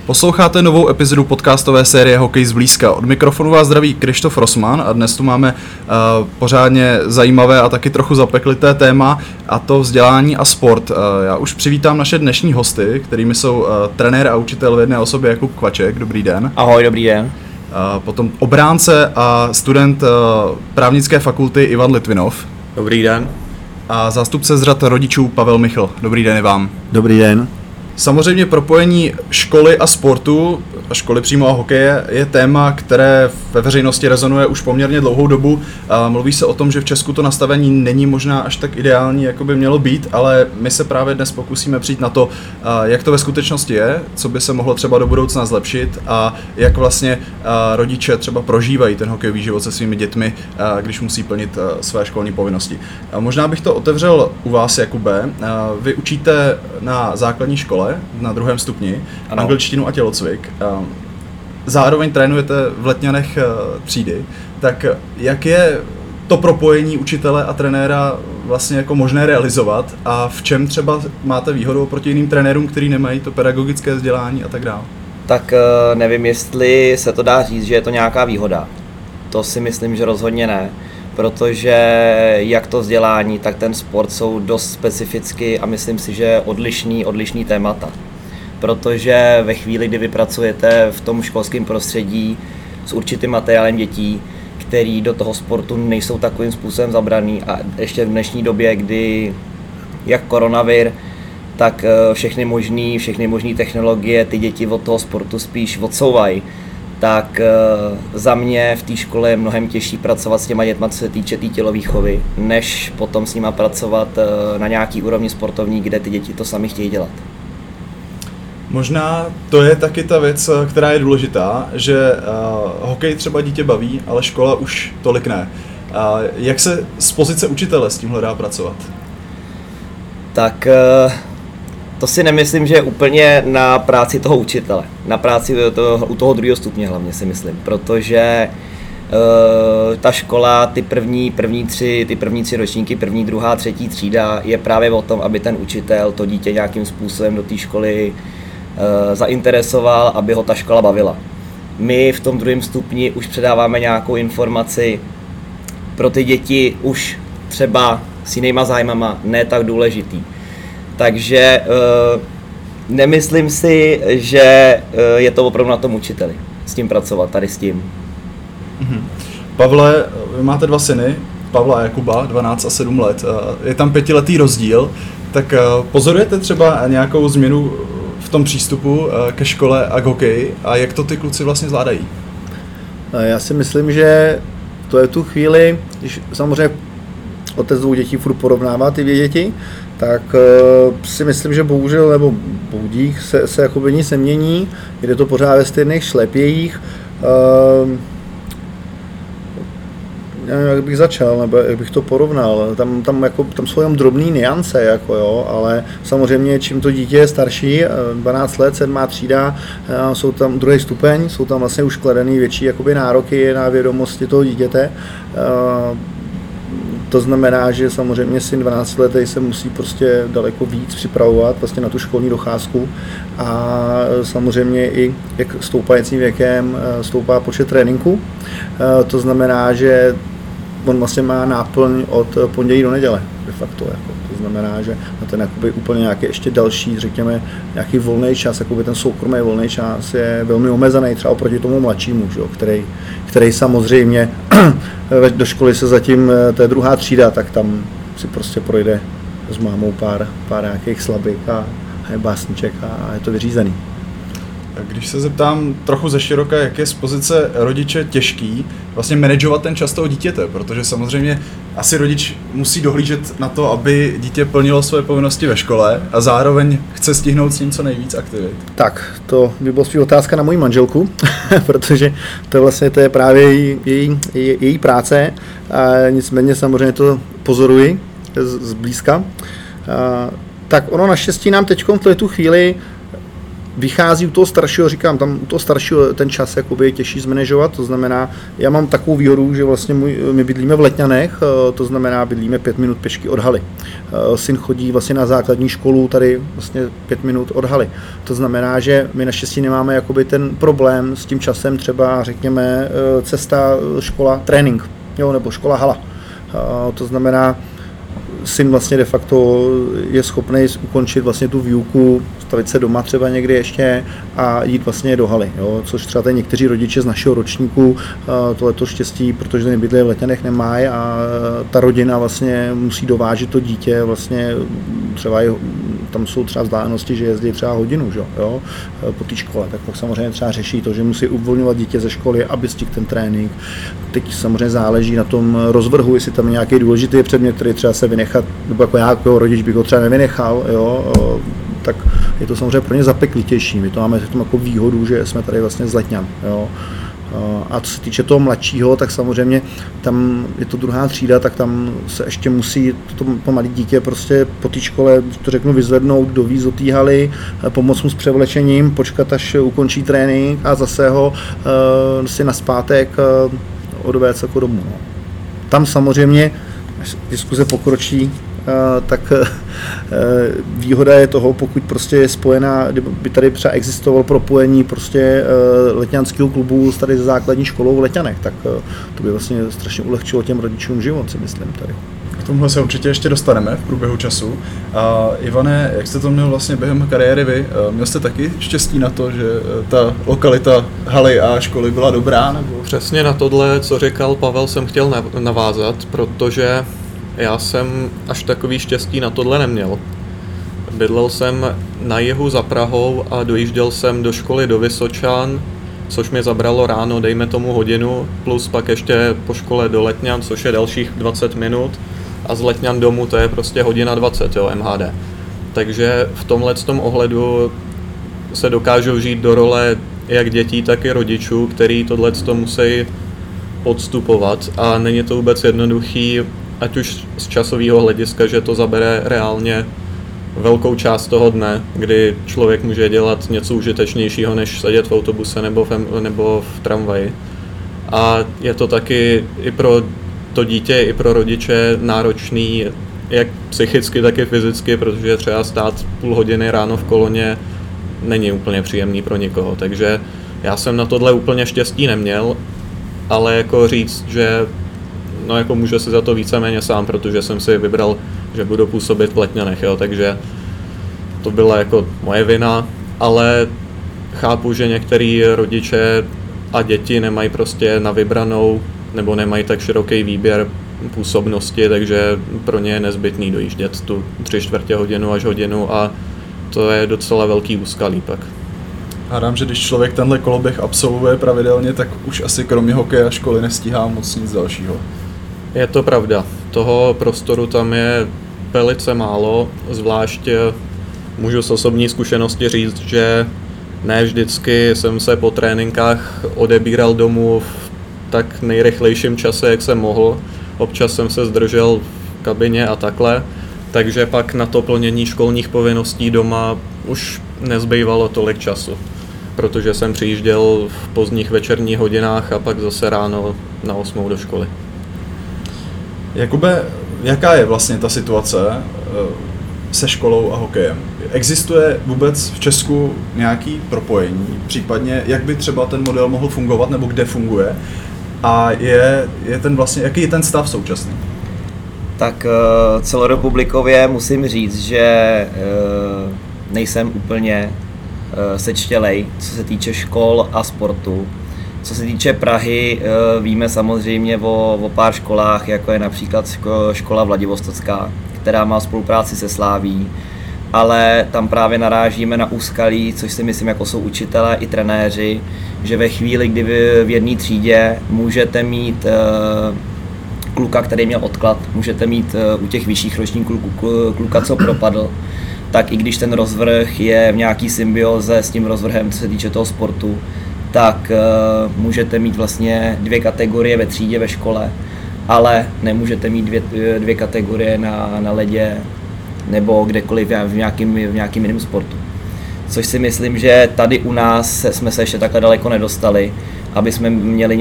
Posloucháte novou epizodu podcastové série Hokej zblízka. Od mikrofonu vás zdraví Krištof Rossmann a dnes tu máme pořádně zajímavé a taky trochu zapeklité téma, a to vzdělání a sport. Já už přivítám naše dnešní hosty, kterými jsou trenér a učitel v jedné osobě Jakub Kvaček. Dobrý den. Ahoj, dobrý den. Potom obránce a student právnické fakulty Ivan Litvinov. Dobrý den. A zástupce z řad rodičů Pavel Michl. Dobrý den i vám. Dobrý den. Samozřejmě propojení školy a sportu, a školy přímo a hokeje, je téma, které ve veřejnosti rezonuje už poměrně dlouhou dobu. Mluví se o tom, že v Česku to nastavení není možná až tak ideální, jako by mělo být, ale my se právě dnes pokusíme přijít na to, jak to ve skutečnosti je, co by se mohlo třeba do budoucna zlepšit a jak vlastně rodiče třeba prožívají ten hokejový život se svými dětmi, když musí plnit své školní povinnosti. Možná bych to otevřel u vás, Jakube. Vy učíte na základní škole, na 2. stupni, ano, angličtinu a tělocvik. Zároveň trénujete v Letňanech třídy. Tak jak je to propojení učitele a trenéra vlastně jako možné realizovat a v čem třeba máte výhodu oproti jiným trenérům, kteří nemají to pedagogické vzdělání a tak dále? Tak nevím, jestli se to dá říct, že je to nějaká výhoda. To si myslím, že rozhodně ne. Protože jak to vzdělání, tak ten sport jsou dost specificky a myslím si, že odlišný témata. Protože ve chvíli, kdy vy pracujete v tom školském prostředí s určitým materiálem dětí, který do toho sportu nejsou takovým způsobem zabraný a ještě v dnešní době, kdy jak koronavir, tak všechny možné technologie ty děti od toho sportu spíš odsouvají, tak za mě v té škole je mnohem těžší pracovat s těma dětma, co se týče té tělovýchovy, než potom s nima pracovat na nějaký úrovni sportovní, kde ty děti to sami chtějí dělat. Možná to je taky ta věc, která je důležitá, že hokej třeba dítě baví, ale škola už tolik ne. Jak se z pozice učitele s tímhle dá pracovat? Tak to si nemyslím, že je úplně na práci toho učitele. Na práci u toho 2. stupně hlavně si myslím, protože ta škola, ty první tři ročníky, 1., 2., 3. třída je právě o tom, aby ten učitel to dítě nějakým způsobem do té školy zainteresoval, aby ho ta škola bavila. My v tom 2. stupni už předáváme nějakou informaci pro ty děti už třeba s jinýma zájmama, ne tak důležitý. Takže nemyslím si, že je to opravdu na tom učiteli s tím pracovat, tady s tím. Pavle, vy máte 2 syny, Pavla a Jakuba, 12 a 7 let. Je tam 5letý rozdíl, tak pozorujete třeba nějakou změnu v tom přístupu ke škole a k hokeji a jak to ty kluci vlastně zvládají? Já si myslím, že to je tu chvíli, když samozřejmě otec 2 dětí furt porovnává ty 2 děti, tak si myslím, že bohužel, nebo boudích se jakoby nic nemění, jde to pořád ve stejných šlepějích. Nevím, jak bych začal, nebo jak bych to porovnal. Tam jsou jenom drobný niance, jako jo, ale samozřejmě čím to dítě je starší, 12 let, 7. třída, jsou tam 2. stupeň, jsou tam vlastně už kladený větší jakoby nároky na vědomosti toho dítěte. To znamená, že samozřejmě syn 12 letý se musí prostě daleko víc připravovat vlastně na tu školní docházku a samozřejmě i jak stoupajícím věkem stoupá počet tréninků. To znamená, že on vlastně má náplň od pondělí do neděle de facto. Jako. To znamená, že na ten jakoby úplně nějaký ještě další, řekněme, nějaký volný čas, jakoby ten soukromý volný čas je velmi omezený třeba oproti tomu mladšímu, že, který samozřejmě do školy se zatím té 2. třída, tak tam si prostě projde s mámou pár nějakých slabik a je básniček a je to vyřízený. Když se zeptám trochu ze široka, jak je z pozice rodiče těžký vlastně manažovat ten čas toho dítěte, protože samozřejmě asi rodič musí dohlížet na to, aby dítě plnilo své povinnosti ve škole a zároveň chce stihnout s ním co nejvíc aktivit. Tak, to by byla spíš otázka na moji manželku, protože to je právě její práce a nicméně samozřejmě to pozoruji zblízka. Tak ono naštěstí nám teď v tu chvíli vychází u toho staršího, říkám, tam u toho staršího ten čas jakoby je těžší zmanéžovat, to znamená, já mám takovou výhodu, že vlastně my bydlíme v Letňanech, to znamená, bydlíme 5 minut pěšky od haly. Syn chodí vlastně na základní školu tady vlastně 5 minut od haly. To znamená, že my naštěstí nemáme jakoby ten problém s tím časem, třeba řekněme cesta, škola, trénink, jo, nebo škola, hala. To znamená, syn vlastně de facto je schopný ukončit vlastně tu výuku, stavit se doma třeba někdy ještě a jít vlastně do haly, jo? Což třeba tady někteří rodiče z našeho ročníku tohleto štěstí, protože nebydlí v Letňanech, nemají a ta rodina vlastně musí dovážet to dítě vlastně třeba tam jsou třeba vzdálenosti, že jezdí třeba hodinu, že? Jo? Po té škole, tak pak samozřejmě třeba řeší to, že musí uvolňovat dítě ze školy, aby stihl ten trénink. Teď samozřejmě záleží na tom rozvrhu, jestli tam je nějaký důležitý předmět, který třeba se vynechat, nebo jako já jako rodič bych ho třeba nevynechal, jo? Tak je to samozřejmě pro ně zapeklitější. My to máme v tom jako výhodu, že jsme tady vlastně z Letňan. Jo? A co se týče toho mladšího, tak samozřejmě tam je to druhá třída, tak tam se ještě musí to malé dítě prostě po té škole, to řeknu, vyzvednout, dovízt do té haly, pomoct mu s převlečením, počkat, až ukončí trénink a zase ho si naspátek odvést jako domů. No. Tam samozřejmě, až diskuze pokročí, tak výhoda je toho, pokud prostě je spojená, kdyby tady třeba existovalo propojení prostě letňanského klubu s tady základní školou v Letňanech, tak to by vlastně strašně ulehčilo těm rodičům život, si myslím tady. K tomuhle se určitě ještě dostaneme v průběhu času. A Ivane, jak jste to měl vlastně během kariéry vy? Měl jste taky štěstí na to, že ta lokalita haly a školy byla dobrá? Nebo? Přesně na tohle, co říkal Pavel, jsem chtěl navázat, protože já jsem až takový štěstí na tohle neměl. Bydlel jsem na jihu za Prahou a dojížděl jsem do školy do Vysočan, což mi zabralo ráno, dejme tomu hodinu, plus pak ještě po škole do Letňan, což je dalších 20 minut. A z Letňan domů to je prostě hodina 20, jo, MHD. Takže v tomhletom ohledu se dokážou žít do role jak dětí, tak i rodičů, který tohleto musí podstupovat a není to vůbec jednoduchý, ať už z časového hlediska, že to zabere reálně velkou část toho dne, kdy člověk může dělat něco užitečnějšího, než sedět v autobuse nebo v tramvaji. A je to taky i pro to dítě, i pro rodiče náročný, jak psychicky, tak i fyzicky, protože třeba stát půl hodiny ráno v koloně není úplně příjemný pro nikoho. Takže já jsem na tohle úplně štěstí neměl, ale jako říct, že no jako můžu si za to víceméně sám, protože jsem si vybral, že budu působit v Letňanech, jo, takže to byla jako moje vina, ale chápu, že některý rodiče a děti nemají prostě na vybranou nebo nemají tak široký výběr působnosti, takže pro ně je nezbytný dojíždět tu 3/4 hodinu až hodinu a to je docela velký úskalí pak. Hádám, že když člověk tenhle koloběh absolvuje pravidelně, tak už asi kromě hokeje a školy nestíhá moc nic dalšího. Je to pravda. Toho prostoru tam je velice málo, zvlášť můžu z osobní zkušenosti říct, že ne vždycky jsem se po tréninkách odebíral domů v tak nejrychlejším čase, jak jsem mohl. Občas jsem se zdržel v kabině a takhle, takže pak na to plnění školních povinností doma už nezbývalo tolik času, protože jsem přijížděl v pozdních večerních hodinách a pak zase ráno na 8 do školy. Jakube, jaká je vlastně ta situace se školou a hokejem? Existuje vůbec v Česku nějaký propojení, případně jak by třeba ten model mohl fungovat nebo kde funguje? A je ten vlastně, jaký je ten stav současný? Tak celorepublikově musím říct, že nejsem úplně sečtělej, co se týče škol a sportu. Co se týče Prahy, víme samozřejmě o pár školách, jako je například škola Vladivostocká, která má spolupráci se Slaví, ale tam právě narážíme na úskalí, což si myslím, jako jsou učitelé i trenéři, že ve chvíli, kdy vy v jedné třídě můžete mít kluka, který měl odklad, můžete mít u těch vyšších ročníků kluka, co propadl, tak i když ten rozvrh je v nějaký symbioze s tím rozvrhem, co se týče toho sportu, tak můžete mít vlastně 2 kategorie ve třídě ve škole, ale nemůžete mít dvě kategorie na ledě nebo kdekoliv v nějakým jiném sportu. Což si myslím, že tady u nás jsme se ještě takhle daleko nedostali, aby jsme měli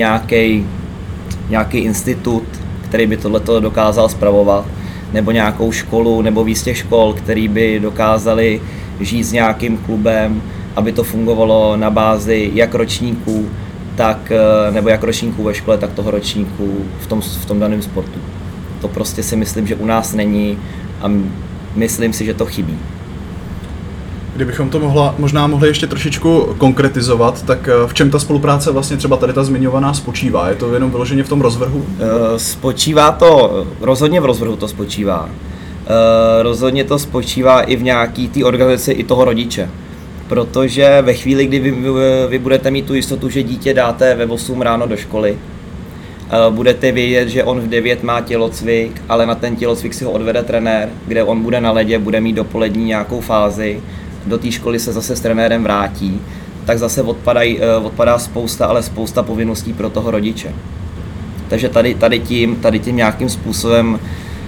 nějaký institut, který by tohleto dokázal spravovat, nebo nějakou školu, nebo víc těch škol, který by dokázali žít s nějakým klubem, aby to fungovalo na bázi jak ročníků, nebo jak ročníků ve škole, tak toho ročníku v tom daném sportu. To prostě si myslím, že u nás není a myslím si, že to chybí. Kdybychom to možná mohli ještě trošičku konkretizovat, tak v čem ta spolupráce vlastně třeba tady ta zmiňovaná spočívá? Je to jenom vyloženě v tom rozvrhu? Spočívá to, rozhodně v rozvrhu to spočívá. Rozhodně to spočívá i v nějaký té organizaci i toho rodiče. Protože ve chvíli, kdy vy budete mít tu jistotu, že dítě dáte ve 8 ráno do školy, budete vědět, že on v 9 má tělocvik, ale na ten tělocvik si ho odvede trenér, kde on bude na ledě, bude mít dopolední nějakou fázi, do té školy se zase s trenérem vrátí, tak zase odpadá spousta povinností pro toho rodiče. Takže tady tím nějakým způsobem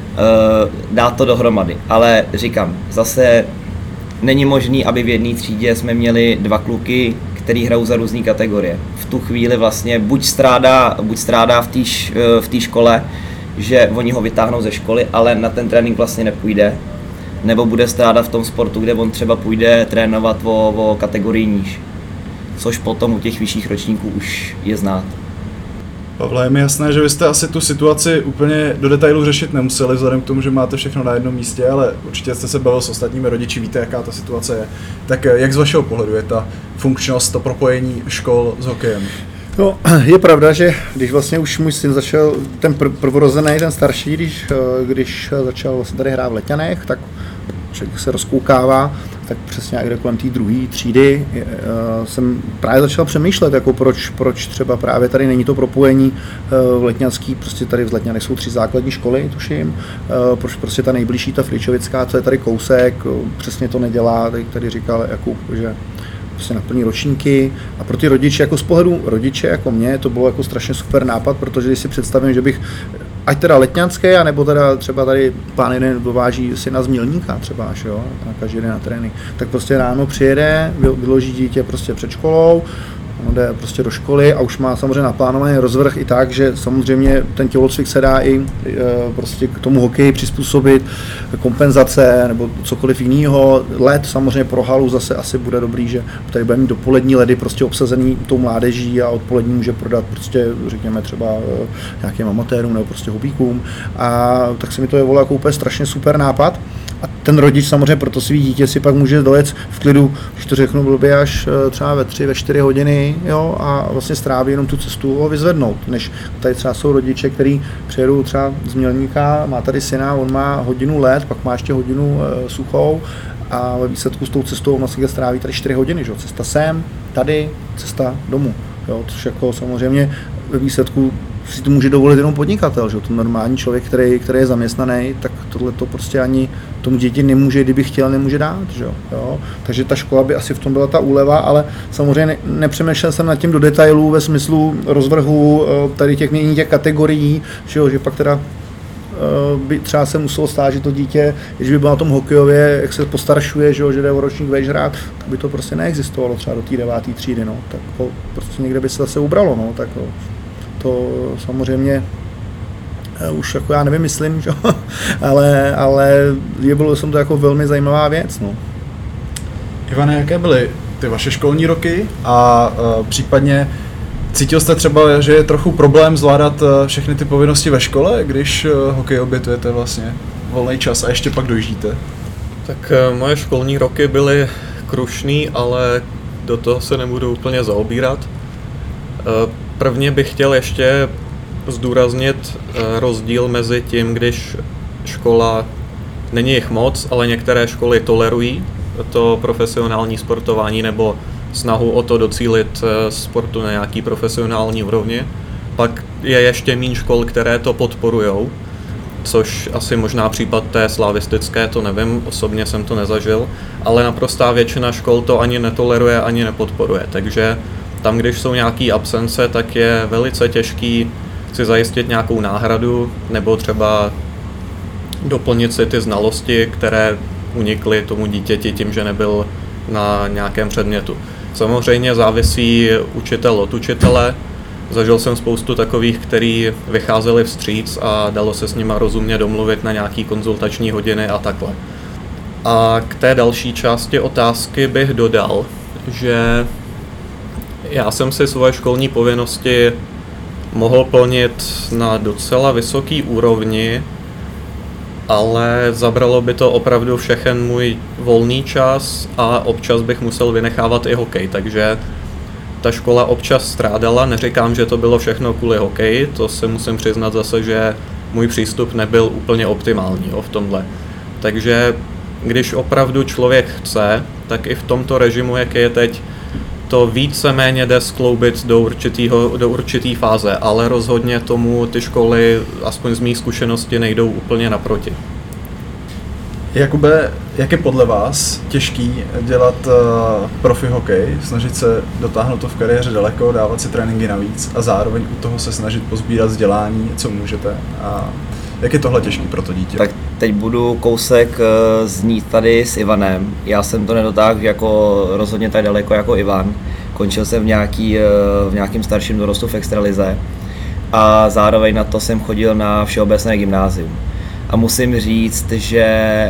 dá to dohromady. Ale říkám, zase není možný, aby v jedné třídě jsme měli 2 kluky, který hrajou za různé kategorie. V tu chvíli vlastně buď strádá v té škole, že oni ho vytáhnou ze školy, ale na ten trénink vlastně nepůjde, nebo bude strádat v tom sportu, kde on třeba půjde trénovat o kategorii níž. Což potom u těch vyšších ročníků už je znát. Pavle, je mi jasné, že vy jste asi tu situaci úplně do detailu řešit nemuseli, vzhledem k tomu, že máte všechno na jednom místě, ale určitě jste se bavil s ostatními rodiči, víte, jaká ta situace je. Tak jak z vašeho pohledu je ta funkčnost, to propojení škol s hokejem? No, je pravda, že když vlastně už můj syn začal, ten prvorozený, ten starší, když začal vlastně tady hrát v Letňanech, tak člověk se rozkoukává, tak přesně někde kolem té druhé třídy jsem právě začal přemýšlet, jako proč třeba právě tady není to propojení v Letňanský, prostě tady v Letňanech jsou 3 základní školy, tuším, proč prostě ta nejbližší, ta Fričovická, co je tady kousek, přesně to nedělá, tady říkal Jakub, že prostě na plný ročníky a pro ty rodiče, jako z pohledu rodiče, jako mě, to bylo jako strašně super nápad, protože když si představím, že bych ať teda letňanské, anebo teda třeba tady pán jeden dováží syna z Mělníka třeba až, jo, na každý den na trénink, tak prostě ráno přijede, vyloží dítě prostě před školou, on jde prostě do školy a už má samozřejmě naplánovaný rozvrh i tak, že samozřejmě ten tělocvik se dá i prostě k tomu hokeji přizpůsobit, kompenzace nebo cokoliv jiného. Led samozřejmě pro halu zase asi bude dobrý, že tady bude mít dopolední ledy prostě obsazený tou mládeží a odpolední může prodat prostě řekněme třeba nějakým amatérům nebo prostě hobíkům. A tak se mi to je volá jako úplně strašně super nápad. A ten rodič samozřejmě pro to svý dítě si pak může dojet v klidu, když to řeknu blbě, až třeba ve 3, ve 4 hodiny, jo, a vlastně stráví jenom tu cestu ho vyzvednout, než tady třeba jsou rodiče, kteří přijedou třeba z Mělníka, má tady syna, on má hodinu let, pak má ještě hodinu suchou a ve výsledku s tou cestou on vlastně stráví tady 4 hodiny, že? Cesta sem, tady, cesta domů, jo, což jako samozřejmě ve výsledku si to může dovolit jenom podnikatel, že? Ten normální člověk, který je zaměstnaný, tak tohle to prostě ani tomu děti nemůže, kdyby chtěl, nemůže dát, že? Jo? Takže ta škola by asi v tom byla ta úleva, ale samozřejmě nepřemýšlel jsem nad tím do detailů ve smyslu rozvrhu tady těch kategorií, že pak teda by třeba se muselo stát, že to dítě, když by bylo na tom hokejově, jak se postaršuje, že jde o ročník vejš hrát, tak by to prostě neexistovalo třeba do té 9. třídy, no, tak prostě někde by se zase ubralo, no, tak to samozřejmě už jako já nevymyslím, že? ale bylo jsem to jako velmi zajímavá věc, no. Ivane, jaké byly ty vaše školní roky a případně cítil jste třeba, že je trochu problém zvládat všechny ty povinnosti ve škole, když hokej obětujete vlastně volný čas a ještě pak dojíždíte? Tak moje školní roky byly krušný, ale do toho se nebudu úplně zaobírat. Prvně bych chtěl ještě zdůraznit rozdíl mezi tím, když škola, není jich moc, ale některé školy tolerují to profesionální sportování nebo snahu o to docílit sportu na nějaký profesionální úrovni. Pak je ještě méně škol, které to podporujou, což asi možná případ té slavistické, to nevím, osobně jsem to nezažil, ale naprostá většina škol to ani netoleruje, ani nepodporuje, takže tam, když jsou nějaké absence, tak je velice těžký si zajistit nějakou náhradu nebo třeba doplnit si ty znalosti, které unikly tomu dítěti tím, že nebyl na nějakém předmětu. Samozřejmě závisí učitel od učitele. Zažil jsem spoustu takových, kteří vycházeli vstříc a dalo se s nima rozumně domluvit na nějaký konzultační hodiny a takhle. A k té další části otázky bych dodal, že já jsem si svoje školní povinnosti mohl plnit na docela vysoký úrovni, ale zabralo by to opravdu všechen můj volný čas a občas bych musel vynechávat i hokej, takže ta škola občas strádala, neříkám, že to bylo všechno kvůli hokeji, to se musím přiznat zase, že můj přístup nebyl úplně optimální v tomhle. Takže když opravdu člověk chce, tak i v tomto režimu, jak je teď, to víceméně jde skloubit do určitý fáze, ale rozhodně tomu ty školy, aspoň z mých zkušeností, nejdou úplně naproti. Jakube, jak je podle vás těžký dělat profi hokej, snažit se dotáhnout to v kariéře daleko, dávat si tréninky navíc a zároveň u toho se snažit pozbírat vzdělání, co můžete? A jak je tohle těžký pro to dítě? Tak teď budu kousek znít tady s Ivanem. Já jsem to nedotáhl jako rozhodně tak daleko jako Ivan. Končil jsem v nějakým starším dorostu v extralize a zároveň na to jsem chodil na všeobecné gymnázium. A musím říct, že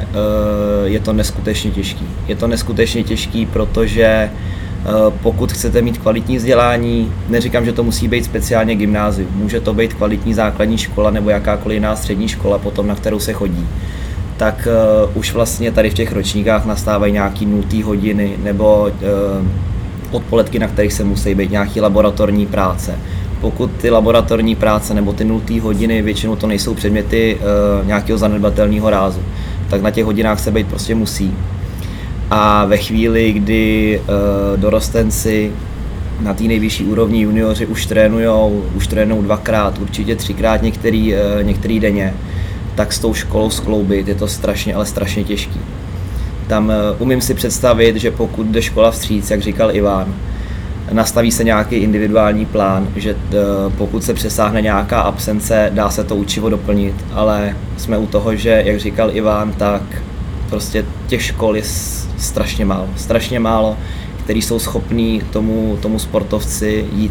je to neskutečně těžký. Je to neskutečně těžký, protože pokud chcete mít kvalitní vzdělání, neříkám, že to musí být speciálně gymnázium, může to být kvalitní základní škola nebo jakákoliv jiná střední škola potom, na kterou se chodí, tak už vlastně tady v těch ročníkách nastávají nějaký 0. hodiny nebo odpoledky, na kterých se musí být nějaký laboratorní práce. Pokud ty laboratorní práce nebo ty 0. hodiny, většinou to nejsou předměty nějakého zanedbatelného rázu, tak na těch hodinách se být prostě musí. A ve chvíli, kdy dorostenci na té nejvyšší úrovni junioři už trénujou 2x, určitě 3x některý denně, tak s tou školou skloubit je to strašně, ale strašně těžký. Tam umím si představit, že pokud jde škola vstříc, jak říkal Ivan, nastaví se nějaký individuální plán, že pokud se přesáhne nějaká absence, dá se to učivo doplnit, ale jsme u toho, že, jak říkal Ivan, tak prostě těch škol je strašně málo, který jsou schopní tomu sportovci jít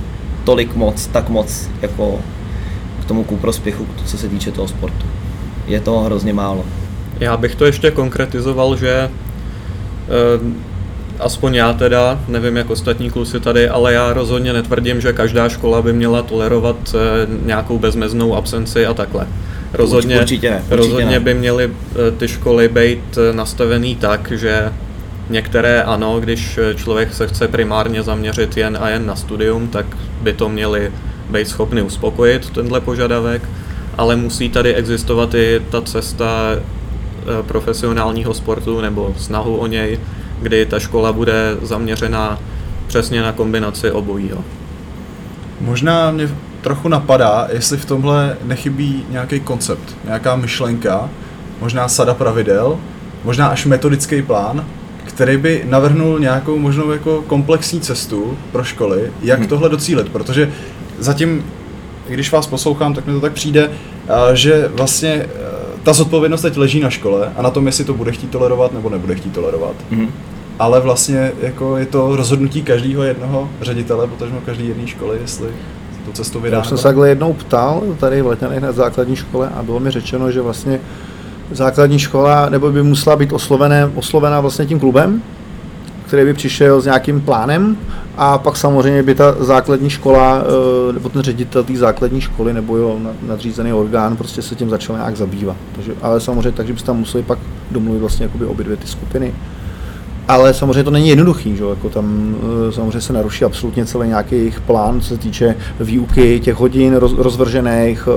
tak moc jako k tomu ku prospěchu, co se týče toho sportu. Je toho hrozně málo. Já bych to ještě konkretizoval, že aspoň já teda, nevím jak ostatní kluci tady, ale já rozhodně netvrdím, že každá škola by měla tolerovat nějakou bezmeznou absenci a takhle. Rozhodně by měly ty školy být nastavený tak, že některé ano, když člověk se chce primárně zaměřit jen a jen na studium, tak by to měli být schopni uspokojit tenhle požadavek, ale musí tady existovat i ta cesta profesionálního sportu nebo snahu o něj, kdy ta škola bude zaměřená přesně na kombinaci obojího. Možná mě trochu napadá, jestli v tomhle nechybí nějaký koncept, nějaká myšlenka, možná sada pravidel, možná až metodický plán, který by navrhnul nějakou možnou jako komplexní cestu pro školy, jak tohle docílit, protože zatím, když vás poslouchám, tak mi to tak přijde, že vlastně ta zodpovědnost teď leží na škole a na tom, jestli to bude chtít tolerovat nebo nebude chtít tolerovat. Ale vlastně jako je to rozhodnutí každého jednoho ředitele, potažmo každý jedné školy, jestli tu cestu vydá. Já jsem se takhle jednou ptal tady v Letňanech na základní škole a bylo mi řečeno, že vlastně základní škola nebo by musela být oslovená vlastně tím klubem, který by přišel s nějakým plánem a pak samozřejmě by ta základní škola nebo ten ředitel té základní školy nebo jo, nadřízený orgán prostě se tím začal nějak zabývat. Ale samozřejmě tak, že by se tam museli pak domluvit vlastně jakoby obě dvě ty skupiny. Ale samozřejmě to není jednoduchý, že? Jako tam samozřejmě se naruší absolutně celý nějaký jejich plán, co se týče výuky, těch hodin rozvržených,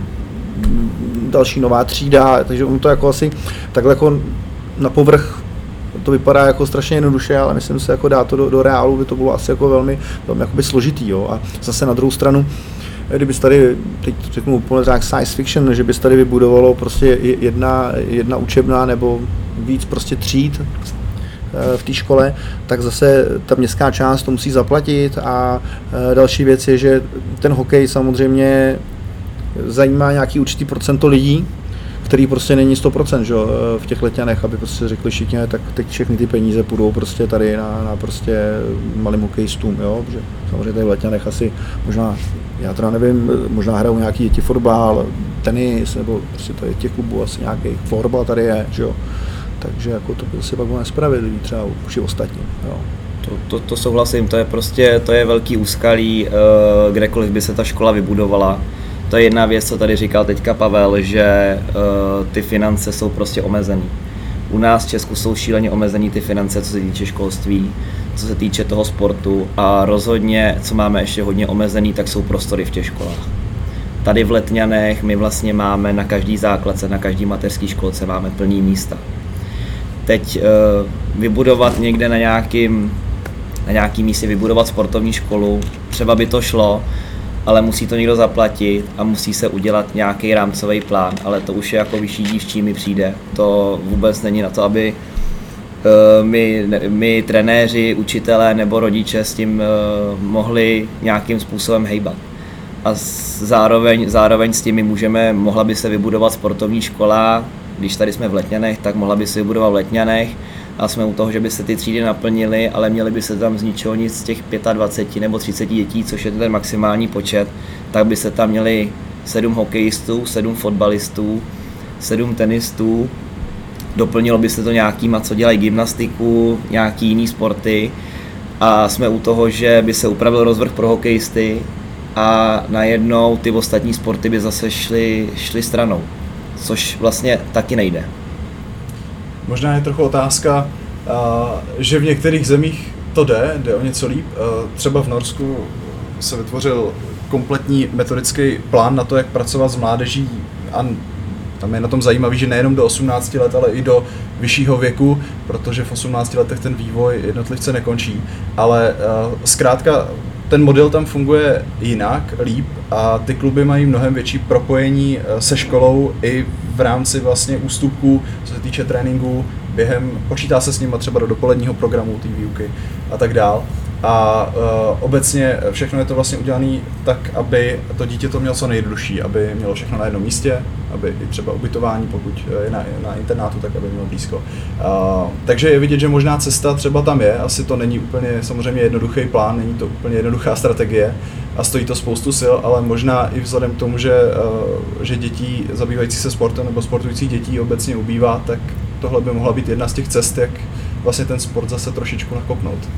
další nová třída, takže on to jako asi takhle jako na povrch to vypadá jako strašně jednoduše, ale myslím si, jako dát to do reálu by to bylo asi jako velmi jakoby složitý, jo. A zase na druhou stranu, kdyby tady, teď řeknu úplně tak science fiction, že by tady vybudovalo prostě jedna učebna nebo víc prostě tříd v té škole, tak zase ta městská část to musí zaplatit a další věc je, že ten hokej samozřejmě zajímá nějaký určitý procento lidí, který prostě není 100%, že? V těch Letňanech, aby prostě řekli všichni, tak teď všechny ty peníze půjdou prostě tady na prostě malým hokejistům, jo? Protože samozřejmě tady v Letňanech asi možná, já teda nevím, možná hrajou nějaký děti fotbal, tenis, nebo prostě tady těch klubů asi nějaký florbal tady je, že jo? Takže jako to by se pak bylo nespravedlivý třeba vůči ostatním, jo? To souhlasím, to je velký úskalí, kdekoliv by se ta škola vybudovala. To je jedna věc, co tady říkal teďka Pavel, že ty finance jsou prostě omezený. U nás v Česku jsou šíleně omezený ty finance, co se týče školství, co se týče toho sportu a rozhodně, co máme ještě hodně omezený, tak jsou prostory v těch školách. Tady v Letňanech my vlastně máme na každý základce, na každý mateřský školce máme plný místa. Teď vybudovat někde na nějakým místě vybudovat sportovní školu, třeba by to šlo, ale musí to někdo zaplatit a musí se udělat nějaký rámcový plán, ale to už je jako vyšší dívčí mi přijde. To vůbec není na to, aby my trenéři, učitelé nebo rodiče s tím mohli nějakým způsobem hejbat. A zároveň s tím mohla by se vybudovat sportovní škola, když tady jsme v Letňanech, tak mohla by se vybudovat v Letňanech a jsme u toho, že by se ty třídy naplnily, ale měly by se tam z ničeho nic z těch 25 nebo 30 dětí, což je ten maximální počet, tak by se tam měli 7 hokejistů, 7 fotbalistů, 7 tenistů, doplnilo by se to nějakýma, co dělají gymnastiku, nějaký jiný sporty a jsme u toho, že by se upravil rozvrh pro hokejisty a najednou ty ostatní sporty by zase šly stranou, což vlastně taky nejde. Možná je trochu otázka, že v některých zemích to jde o něco líp. Třeba v Norsku se vytvořil kompletní metodický plán na to, jak pracovat s mládeží a tam je na tom zajímavý, že nejenom do 18 let, ale i do vyššího věku, protože v 18 letech ten vývoj jednotlivce nekončí. Ale zkrátka ten model tam funguje jinak, líp a ty kluby mají mnohem větší propojení se školou i v rámci vlastně ústupků, co se týče tréninku, počítá se s nimi třeba do dopoledního programu té výuky a tak dál. A obecně všechno je to vlastně udělané tak, aby to dítě to mělo co nejjednodušší, aby mělo všechno na jednom místě, aby i třeba ubytování, pokud je na internátu, tak aby mělo blízko. Takže je vidět, že možná cesta třeba tam je, asi to není úplně samozřejmě jednoduchý plán, není to úplně jednoduchá strategie a stojí to spoustu sil, ale možná i vzhledem k tomu, že dětí zabývající se sportem nebo sportujících dětí obecně ubývá, tak tohle by mohla být jedna z těch cest, jak vlastně ten sport zase trošičku nakopnout.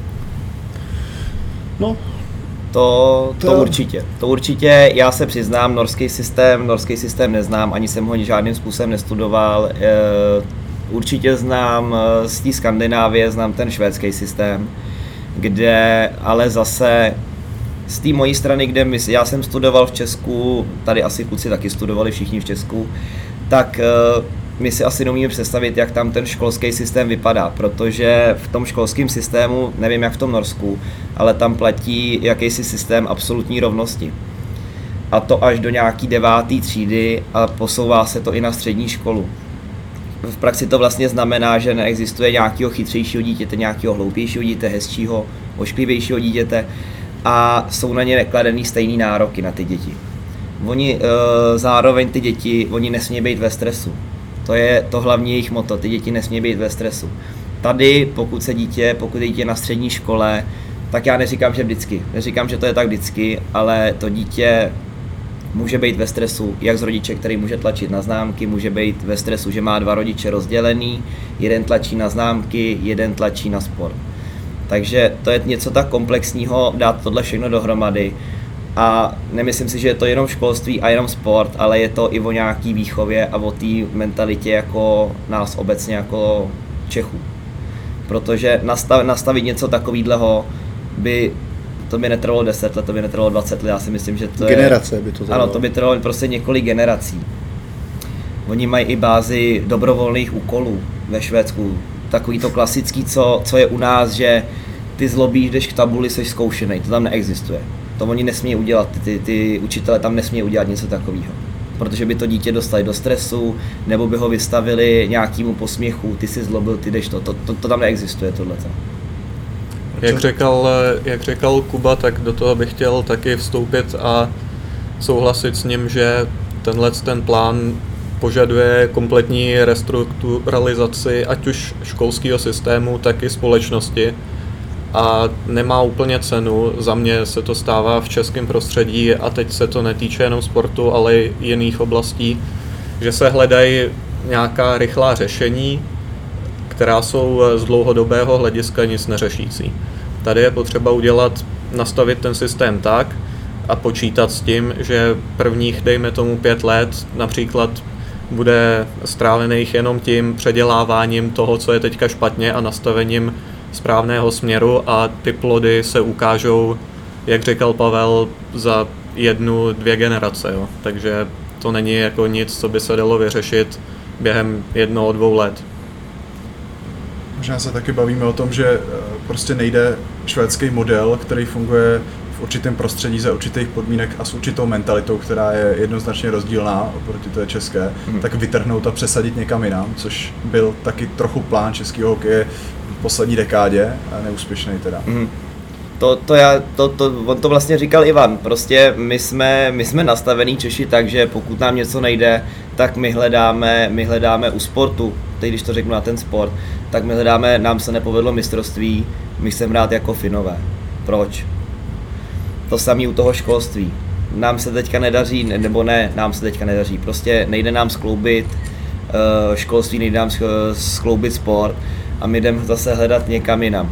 No, to určitě, já se přiznám, norský systém neznám, ani jsem ho žádným způsobem nestudoval, určitě znám z té Skandinávie, znám ten švédský systém, kde ale zase z té mojí strany, kde já jsem studoval v Česku, tady asi kluci taky studovali všichni v Česku, tak my si asi neumíme představit, jak tam ten školský systém vypadá, protože v tom školském systému, nevím jak v tom Norsku, ale tam platí jakýsi systém absolutní rovnosti. A to až do nějaký 9. třídy a posouvá se to i na střední školu. V praxi to vlastně znamená, že neexistuje nějakého chytřejšího dítěte, nějakého hloupějšího dítěte, hezčího, ošklivějšího dítěte a jsou na ně nekladený stejný nároky na ty děti. Zároveň ty děti, oni nesmí být ve stresu. To je to hlavní jejich motto, ty děti nesmí být ve stresu. Tady, pokud je dítě na střední škole, tak já neříkám, že to je tak vždycky, ale to dítě může být ve stresu, jak z rodiče, který může tlačit na známky, může být ve stresu, že má 2 rodiče rozdělený, jeden tlačí na známky, jeden tlačí na sport. Takže to je něco tak komplexního, dát tohle všechno dohromady. A nemyslím si, že je to jenom školství a jenom sport, ale je to i o nějaký výchově a o té mentalitě jako nás obecně jako Čechů. Protože nastavit něco takového to by netrvalo 10 let, to by netrvalo 20 let, já si myslím, že to generace by to trvalo. Ano, to by trvalo prostě několik generací. Oni mají i bázi dobrovolných úkolů ve Švédsku. Takový to klasický, co je u nás, že ty zlobíš, jdeš k tabuli, jsi zkoušenej, to tam neexistuje. To oni nesmí udělat, ty učitelé tam nesmí udělat něco takového. Protože by to dítě dostali do stresu, nebo by ho vystavili nějakému posměchu, ty jsi zlobil, ty jdeš to tam neexistuje tohleto. Jak řekl Kuba, tak do toho bych chtěl taky vstoupit a souhlasit s ním, že ten plán požaduje kompletní restrukturalizaci ať už školského systému, tak i společnosti a nemá úplně cenu. Za mě se to stává v českém prostředí a teď se to netýče jenom sportu, ale i jiných oblastí, že se hledají nějaká rychlá řešení, která jsou z dlouhodobého hlediska nic neřešící. Tady je potřeba nastavit ten systém tak a počítat s tím, že prvních, dejme tomu 5 let, například bude strávených jenom tím předěláváním toho, co je teďka špatně a nastavením správného směru a ty plody se ukážou, jak říkal Pavel, za 1-2 generace. Jo. Takže to není jako nic, co by se dalo vyřešit během 1-2 let. Možná se taky bavíme o tom, že prostě nejde švédský model, který funguje v určitém prostředí za určitých podmínek a s určitou mentalitou, která je jednoznačně rozdílná oproti té české, tak vytrhnout a přesadit někam jinam, což byl taky trochu plán českého hokeje v poslední dekádě a neúspěšný teda. On to vlastně říkal Ivan, prostě my jsme nastavení Češi tak, že pokud nám něco nejde, tak my hledáme u sportu, teď když to řeknu na ten sport, tak my hledáme, nám se nepovedlo mistrovství, my chceme hrát jako Finové. Proč? To samé u toho školství. Nám se teďka nedaří, prostě nejde nám skloubit školství, nejde nám skloubit sport a my jdeme zase hledat někam jinam.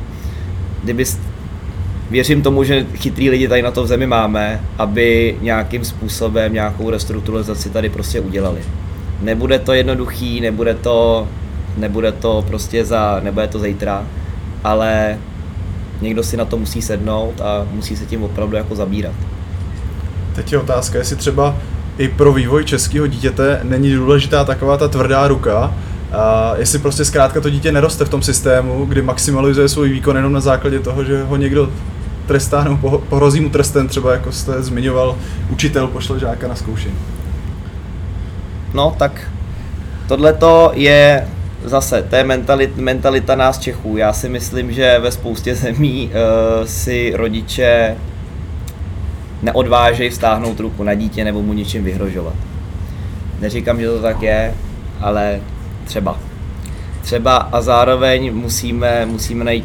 Věřím tomu, že chytrý lidi tady na to v zemi máme, aby nějakým způsobem nějakou restrukturalizaci tady prostě udělali. Nebude to jednoduchý, nebude to zítra, ale někdo si na to musí sednout a musí se tím opravdu jako zabírat. Teď je otázka, jestli třeba i pro vývoj českého dítěte není důležitá taková ta tvrdá ruka, a jestli prostě zkrátka to dítě neroste v tom systému, kdy maximalizuje svůj výkon jenom na základě toho, že ho někdo trestá nebo pohrozí mu trestem, třeba jako jste zmiňoval, učitel pošle žáka na zkoušení. No tak tohleto je zase, to je mentalita nás Čechů. Já si myslím, že ve spoustě zemí si rodiče neodvážejí vztáhnout ruku na dítě nebo mu ničím vyhrožovat. Neříkám, že to tak je, ale třeba a zároveň musíme najít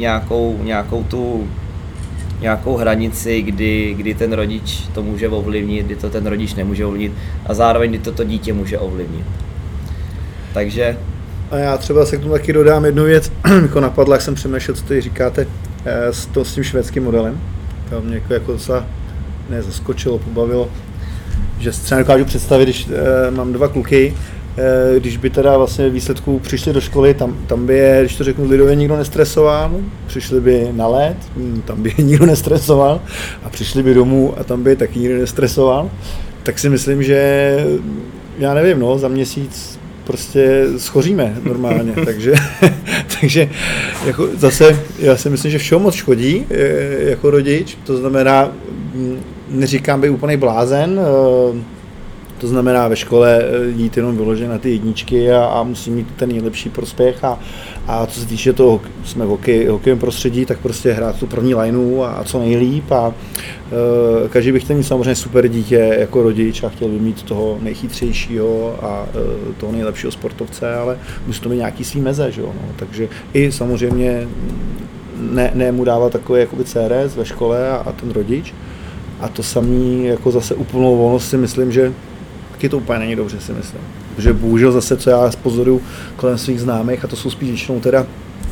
nějakou hranici, kdy ten rodič to může ovlivnit, kdy to ten rodič nemůže ovlivnit a zároveň kdy to dítě může ovlivnit. Takže... A já třeba se k tomu taky dodám jednu věc, jako napadla, jak jsem přemýšlel, co tady říkáte s tím švédským modelem. To mě jako docela zaskočilo, pobavilo, že si třeba dokážu představit, když mám 2 kluky, když by teda vlastně výsledku přišli do školy, tam by je, když to řeknu lidově, nikdo nestresoval, přišli by na let, tam by je nikdo nestresoval a přišli by domů a tam by je taky nikdo nestresoval, tak si myslím, že já nevím, za měsíc prostě schoříme normálně, takže jako zase já si myslím, že všeho moc škodí jako rodič, to znamená, neříkám být úplný blázen, to znamená ve škole jít jenom vyloženě na ty jedničky a musí mít ten nejlepší prospěch a co se týče toho, jsme v hokejovém prostředí, tak prostě hrát tu první lineu a co nejlíp a každý by chtěl mít samozřejmě super dítě jako rodič a chtěl by mít toho nejchytřejšího a toho nejlepšího sportovce, ale musí to mít nějaký svý meze, že jo, takže i samozřejmě ne mu dávat takový jakoby CRS ve škole a ten rodič a to samý jako zase úplnou volnost si myslím, že taky to úplně není dobře, si myslím. Protože bohužel zase, co já pozoruju kolem svých známých, a to jsou spíš většinou teda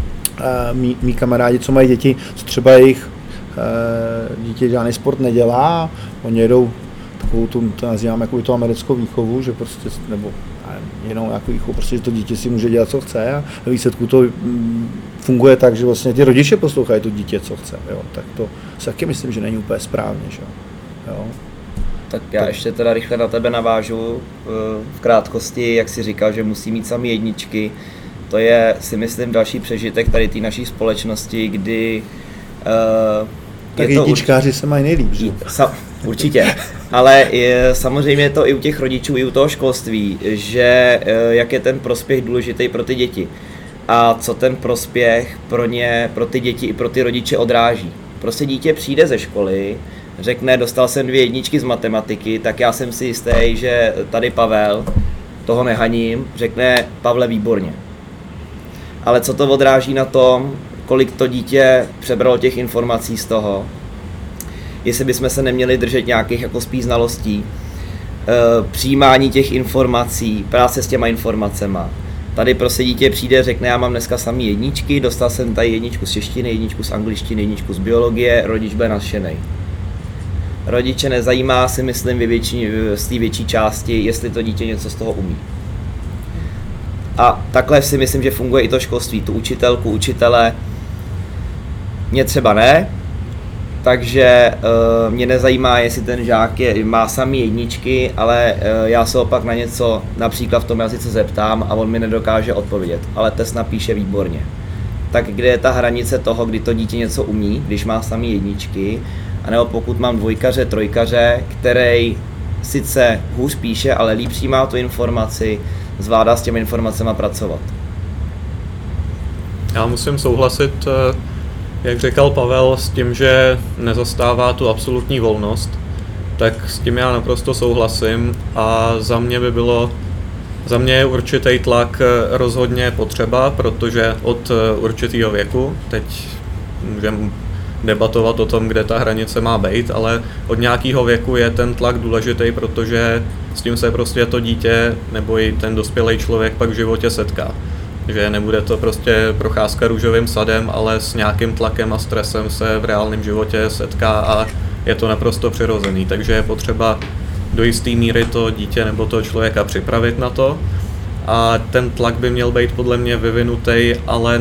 mý kamarádi, co mají děti, co třeba jejich dítě žádný sport nedělá, oni jedou takovou to nazývám jako tu americkou výchovu, že prostě, nebo jenom jako výchovu, prostě, že to dítě si může dělat, co chce a ve výsledku to funguje tak, že vlastně ty rodiče poslouchají to dítě, co chce, jo, tak to si taky myslím, že není úplně správně, že jo. Tak já ještě teda rychle na tebe navážu v krátkosti, jak jsi říkal, že musí mít sami jedničky. To je, si myslím, další přežitek tady té naší společnosti, kdy tak jedničkáři se mají nejlíp, že? Určitě, ale samozřejmě je to i u těch rodičů, i u toho školství, že jak je ten prospěch důležitý pro ty děti a co ten prospěch pro ty děti i pro ty rodiče odráží. Prostě dítě přijde ze školy, řekne, dostal jsem 2 jedničky z matematiky, tak já jsem si jistý, že tady Pavel toho nehaním, řekne Pavle výborně. Ale co to odráží na tom, kolik to dítě přebralo těch informací z toho, jestli bychom se neměli držet nějakých jako spíš znalostí, přijímání těch informací, práce s těma informacema. Tady prostě dítě přijde, řekne, já mám dneska samý jedničky, dostal jsem tady jedničku z češtiny, jedničku z angličtiny, jedničku z biologie, rodič bude nadšenej. Rodiče nezajímá, si myslím, z té větší části, jestli to dítě něco z toho umí. A takhle si myslím, že funguje i to školství, tu učitelku, učitele, mě třeba ne, takže mě nezajímá, jestli ten žák má samý jedničky, ale já se opak na něco, například v tom jazyce zeptám a on mi nedokáže odpovědět, ale test napíše výborně. Tak kde je ta hranice toho, kdy to dítě něco umí, když má samý jedničky, anebo pokud mám dvojkaře, trojkaře, který sice hůř píše, ale líp přijímá tu informaci, zvládá s těmi informacemi pracovat. Já musím souhlasit, jak říkal Pavel, s tím, že nezastává tu absolutní volnost, tak s tím já naprosto souhlasím a za mě je určitý tlak rozhodně potřeba, protože od určitého věku, teď můžeme debatovat o tom, kde ta hranice má být, ale od nějakého věku je ten tlak důležitý, protože s tím se prostě to dítě nebo i ten dospělý člověk pak v životě setká. Že nebude to prostě procházka růžovým sadem, ale s nějakým tlakem a stresem se v reálném životě setká a je to naprosto přirozený. Takže je potřeba do jisté míry to dítě nebo toho člověka připravit na to. A ten tlak by měl být podle mě vyvinutý, ale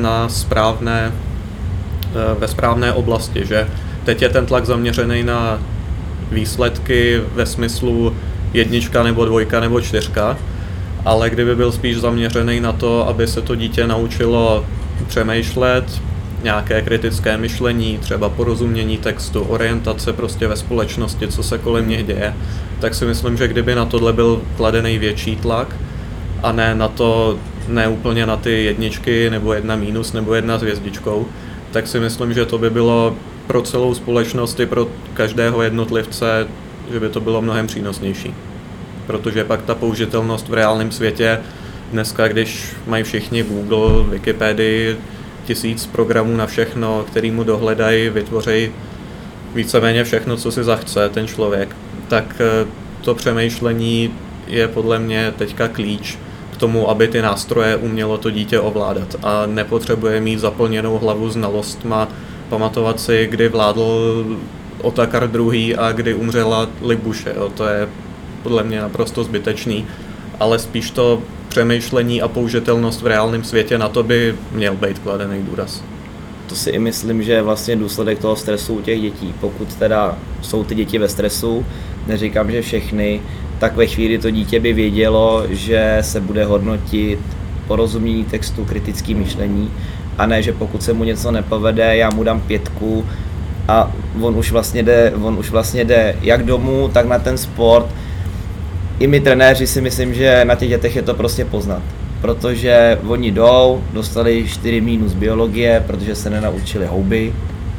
ve správné oblasti. Že teď je ten tlak zaměřený na výsledky ve smyslu 1 nebo 2 nebo 4, ale kdyby byl spíš zaměřený na to, aby se to dítě naučilo přemýšlet, nějaké kritické myšlení, třeba porozumění textu, orientace prostě ve společnosti, co se kolem něj děje, tak si myslím, že kdyby na tohle byl kladený větší tlak a ne úplně na ty 1 nebo 1 mínus nebo 1 s hvězdičkou, tak si myslím, že to by bylo pro celou společnost i pro každého jednotlivce, že by to bylo mnohem přínosnější. Protože pak ta použitelnost v reálném světě dneska, když mají všichni Google, Wikipedii, 1000 programů na všechno, který mu dohledají, vytvoří víceméně všechno, co si zachce ten člověk, tak to přemýšlení je podle mě teďka klíč k tomu, aby ty nástroje umělo to dítě ovládat a nepotřebuje mít zaplněnou hlavu znalostma, pamatovat si, kdy vládl Otakar II. A kdy umřela Libuše. To je podle mě naprosto zbytečný, ale spíš to přemýšlení a použitelnost v reálném světě, na to by měl být kladený důraz. To si i myslím, že je vlastně důsledek toho stresu u těch dětí. Pokud teda jsou ty děti ve stresu, neříkám, že všechny, tak ve chvíli to dítě by vědělo, že se bude hodnotit porozumění textu, kritické myšlení, a ne, že pokud se mu něco nepovede, já mu dám 5 a on už vlastně jde jak domů, tak na ten sport. I my trenéři si myslím, že na těch dětech je to prostě poznat, protože oni dostali 4 mínus biologie, protože se nenaučili houby.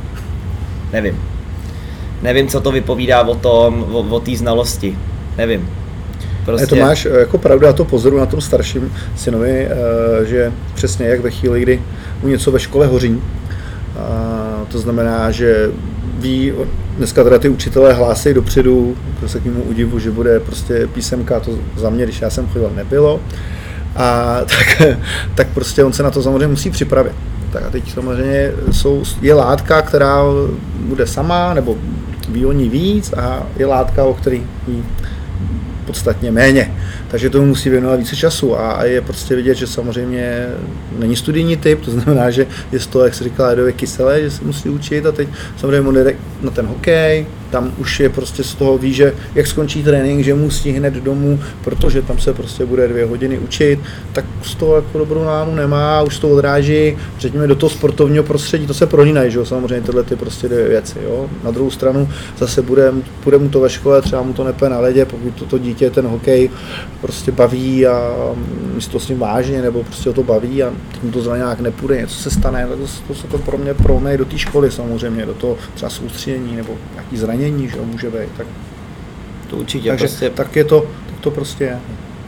Nevím, co to vypovídá o té znalosti. Nevím. Prostě. To máš jako pravdu, já to pozoruju na tom starším synovi, že přesně jak ve chvíli, kdy mu něco ve škole hoří, to znamená, že ví, dneska teda ty učitelé hlásí dopředu, to se k němu udivu, že bude prostě písemka, to za mě, když já jsem chodil, nebylo, a tak prostě on se na to samozřejmě musí připravit. Tak a teď samozřejmě je látka, která bude sama, nebo ví o ní víc, a je látka, o který ví podstatně méně. Takže tomu musí věnovat více času a je prostě vidět, že samozřejmě není studijní typ, to znamená, že je z toho, jak se říká, ledově kyselé, že se musí učit, a teď samozřejmě on jde na ten hokej, tam už je prostě z toho ví, že jak skončí trénink, že musí hned domů, protože tam se prostě bude 2 hodiny učit, tak z toho jako dobrou námu nemá, už to odráží, řekněme, do toho sportovního prostředí, to se prolínají, že jo, samozřejmě tyhle ty prostě 2 věci, jo. Na druhou stranu zase bude mu to ve škole, třeba mu to nepne na ledě, pokud to dítě ten hokej prostě baví a myslí to s ním vážně, nebo prostě ho to baví a mu to zrovna nějak nepůjde, něco se stane, tak to se to pro mě promé do té školy samozřejmě, do toho třeba soustředění nebo nějaký zranění, že jo, může být. Tak to určitě. Takže prostě, tak to prostě je.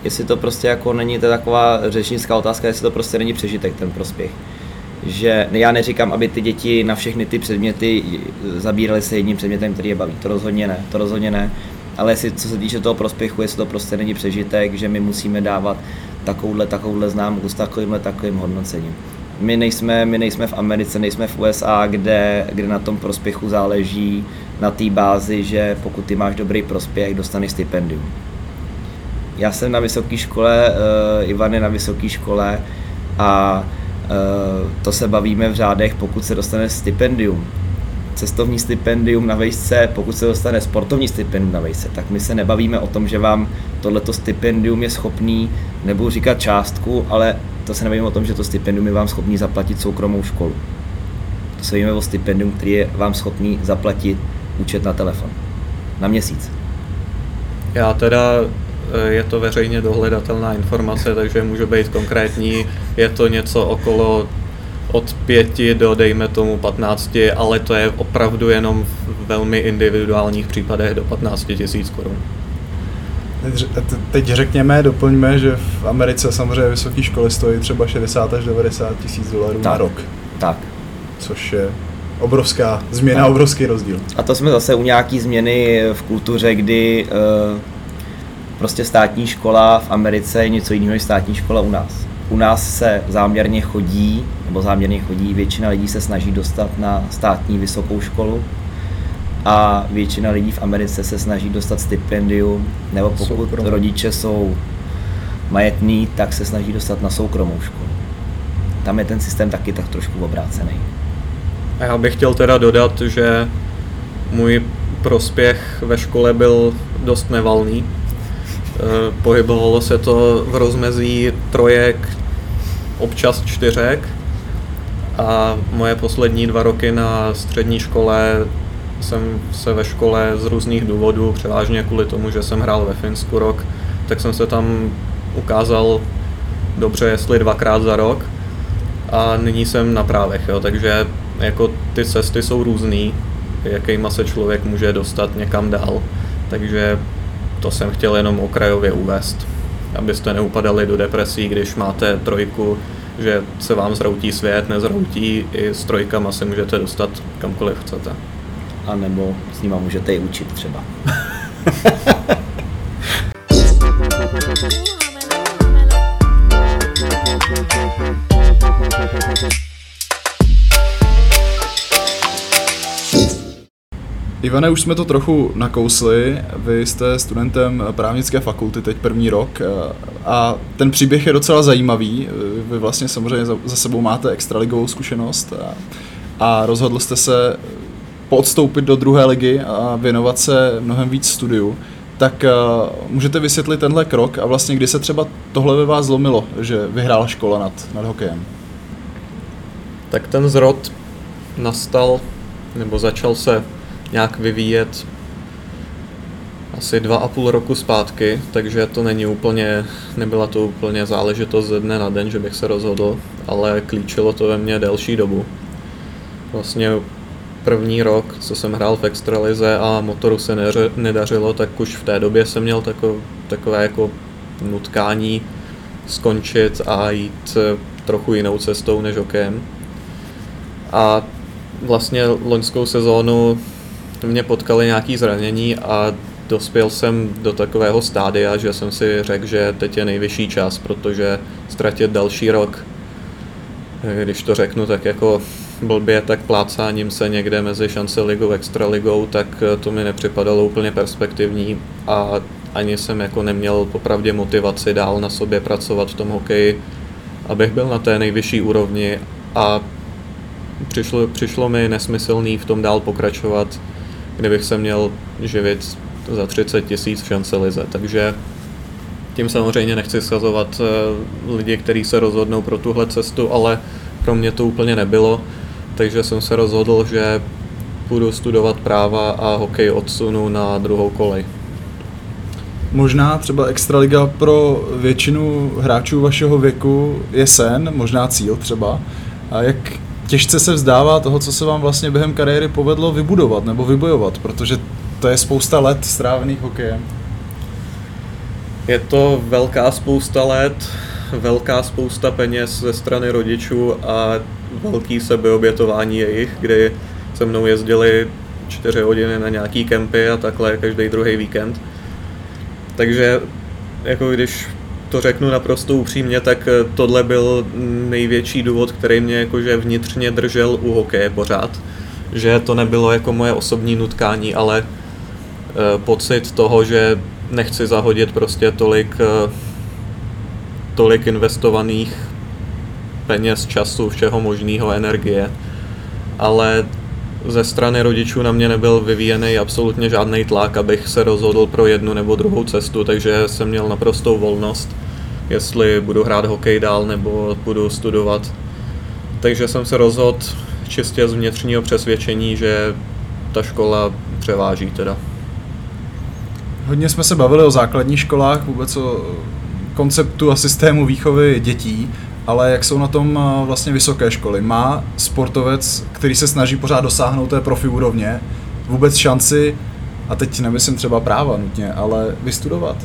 jestli to prostě jako není to taková řečnická otázka, jestli to prostě není přežitek ten prospěch. Že já neříkám, aby ty děti na všechny ty předměty zabíraly se jedním předmětem, který je baví. To rozhodně ne. Ale jestli, co se týče toho prospěchu, jestli to prostě není přežitek, že my musíme dávat takovouhle známku s takovým hodnocením. My nejsme v Americe, nejsme v USA, kde na tom prospěchu záleží na té bázi, že pokud ty máš dobrý prospěch, dostaneš stipendium. Já jsem na vysoké škole, Ivan je na vysoké škole a to se bavíme v řádech, pokud se dostane stipendium. Cestovní stipendium na vejšce, pokud se dostane sportovní stipendium na vejšce, tak my se nebavíme o tom, že vám tohleto stipendium je schopný, nebudu říkat částku, ale to se nebavíme o tom, že to stipendium je vám schopný zaplatit soukromou školu. To se bavíme o stipendium, který je vám schopný zaplatit účet na telefon. Na měsíc. Já teda, je to veřejně dohledatelná informace, takže můžu být konkrétní, je to něco okolo od 5 do, dejme tomu, 15, ale to je opravdu jenom v velmi individuálních případech do 15 000 korun. Teď řekněme, doplňme, že v Americe samozřejmě vysoké školy stojí třeba 60 až 90 tisíc dolarů na rok. Tak. Což je obrovská změna, obrovský rozdíl. A to jsme zase u nějaký změny v kultuře, kdy prostě státní škola v Americe je něco jiného než státní škola u nás. U nás se záměrně chodí, většina lidí se snaží dostat na státní vysokou školu a většina lidí v Americe se snaží dostat stipendium, nebo pokud rodiče jsou majetní, tak se snaží dostat na soukromou školu. Tam je ten systém taky tak trošku obrácený. A já bych chtěl teda dodat, že můj prospěch ve škole byl dost nevalný. Pohybovalo se to v rozmezí 3, občas 4 a moje poslední 2 roky na střední škole jsem se ve škole z různých důvodů, převážně kvůli tomu, že jsem hrál ve Finsku rok, tak jsem se tam ukázal dobře, jestli 2krát za rok a nyní jsem na právech, jo, takže jako ty cesty jsou různý, jakýma se člověk může dostat někam dál, takže to jsem chtěl jenom okrajově uvést, abyste neupadali do depresí, když máte 3, že se vám zhroutí svět, nezhroutí, i s 3 se můžete dostat kamkoliv chcete. A nebo s nima můžete i učit třeba. Ivane, už jsme to trochu nakousli, vy jste studentem právnické fakulty teď 1. rok a ten příběh je docela zajímavý, vy vlastně samozřejmě za sebou máte extraligovou zkušenost a rozhodl jste se podstoupit do 2. ligy a věnovat se mnohem víc studiu, tak můžete vysvětlit tenhle krok a vlastně kdy se třeba tohle ve vás zlomilo, že vyhrála škola nad hokejem? Tak ten zrod nastal, nebo začal se nějak vyvíjet asi 2,5 roku zpátky, takže to nebyla to úplně záležitost ze dne na den, že bych se rozhodl, ale klíčilo to ve mně delší dobu. Vlastně 1. rok, co jsem hrál v extralize a motoru se nedařilo, tak už v té době jsem měl takové jako nutkání skončit a jít trochu jinou cestou než hokejem. A vlastně loňskou sezónu mě potkaly nějaké zranění a dospěl jsem do takového stádia, že jsem si řekl, že teď je nejvyšší čas, protože ztratit další rok, když to řeknu tak jako blbě, tak plácáním se někde mezi šance ligou a extraligou, tak to mi nepřipadalo úplně perspektivní a ani jsem jako neměl popravdě motivaci dál na sobě pracovat v tom hokeji, abych byl na té nejvyšší úrovni a přišlo mi nesmyslný v tom dál pokračovat, kdybych se měl živit za 30 000 v šance lize. Takže tím samozřejmě nechci shazovat lidi, kteří se rozhodnou pro tuhle cestu, ale pro mě to úplně nebylo, takže jsem se rozhodl, že půjdu studovat práva a hokej odsunu na 2. kolej. Možná třeba extraliga pro většinu hráčů vašeho věku je sen, možná cíl třeba. A jak těžce se vzdává toho, co se vám vlastně během kariéry povedlo vybudovat nebo vybojovat, protože to je spousta let strávených hokejem. Je to velká spousta let, velká spousta peněz ze strany rodičů a velký sebeobětování jejich, kdy se mnou jezdili 4 hodiny na nějaký kempy a takhle každý druhý víkend. Takže jako když to řeknu naprosto upřímně, tak tohle byl největší důvod, který mě jakože vnitřně držel u hokeje pořád. Že to nebylo jako moje osobní nutkání, ale pocit toho, že nechci zahodit prostě tolik investovaných peněz, času, všeho možného, energie. Ale ze strany rodičů na mě nebyl vyvíjený absolutně žádný tlak, abych se rozhodl pro jednu nebo druhou cestu, takže jsem měl naprostou volnost, jestli budu hrát hokej dál nebo budu studovat. Takže jsem se rozhodl čistě z vnitřního přesvědčení, že ta škola převáží teda. Hodně jsme se bavili o základních školách, vůbec o konceptu a systému výchovy dětí, ale jak jsou na tom vlastně vysoké školy? Má sportovec, který se snaží pořád dosáhnout té profi úrovně, vůbec šanci, a teď nemyslím třeba práva nutně, ale vystudovat?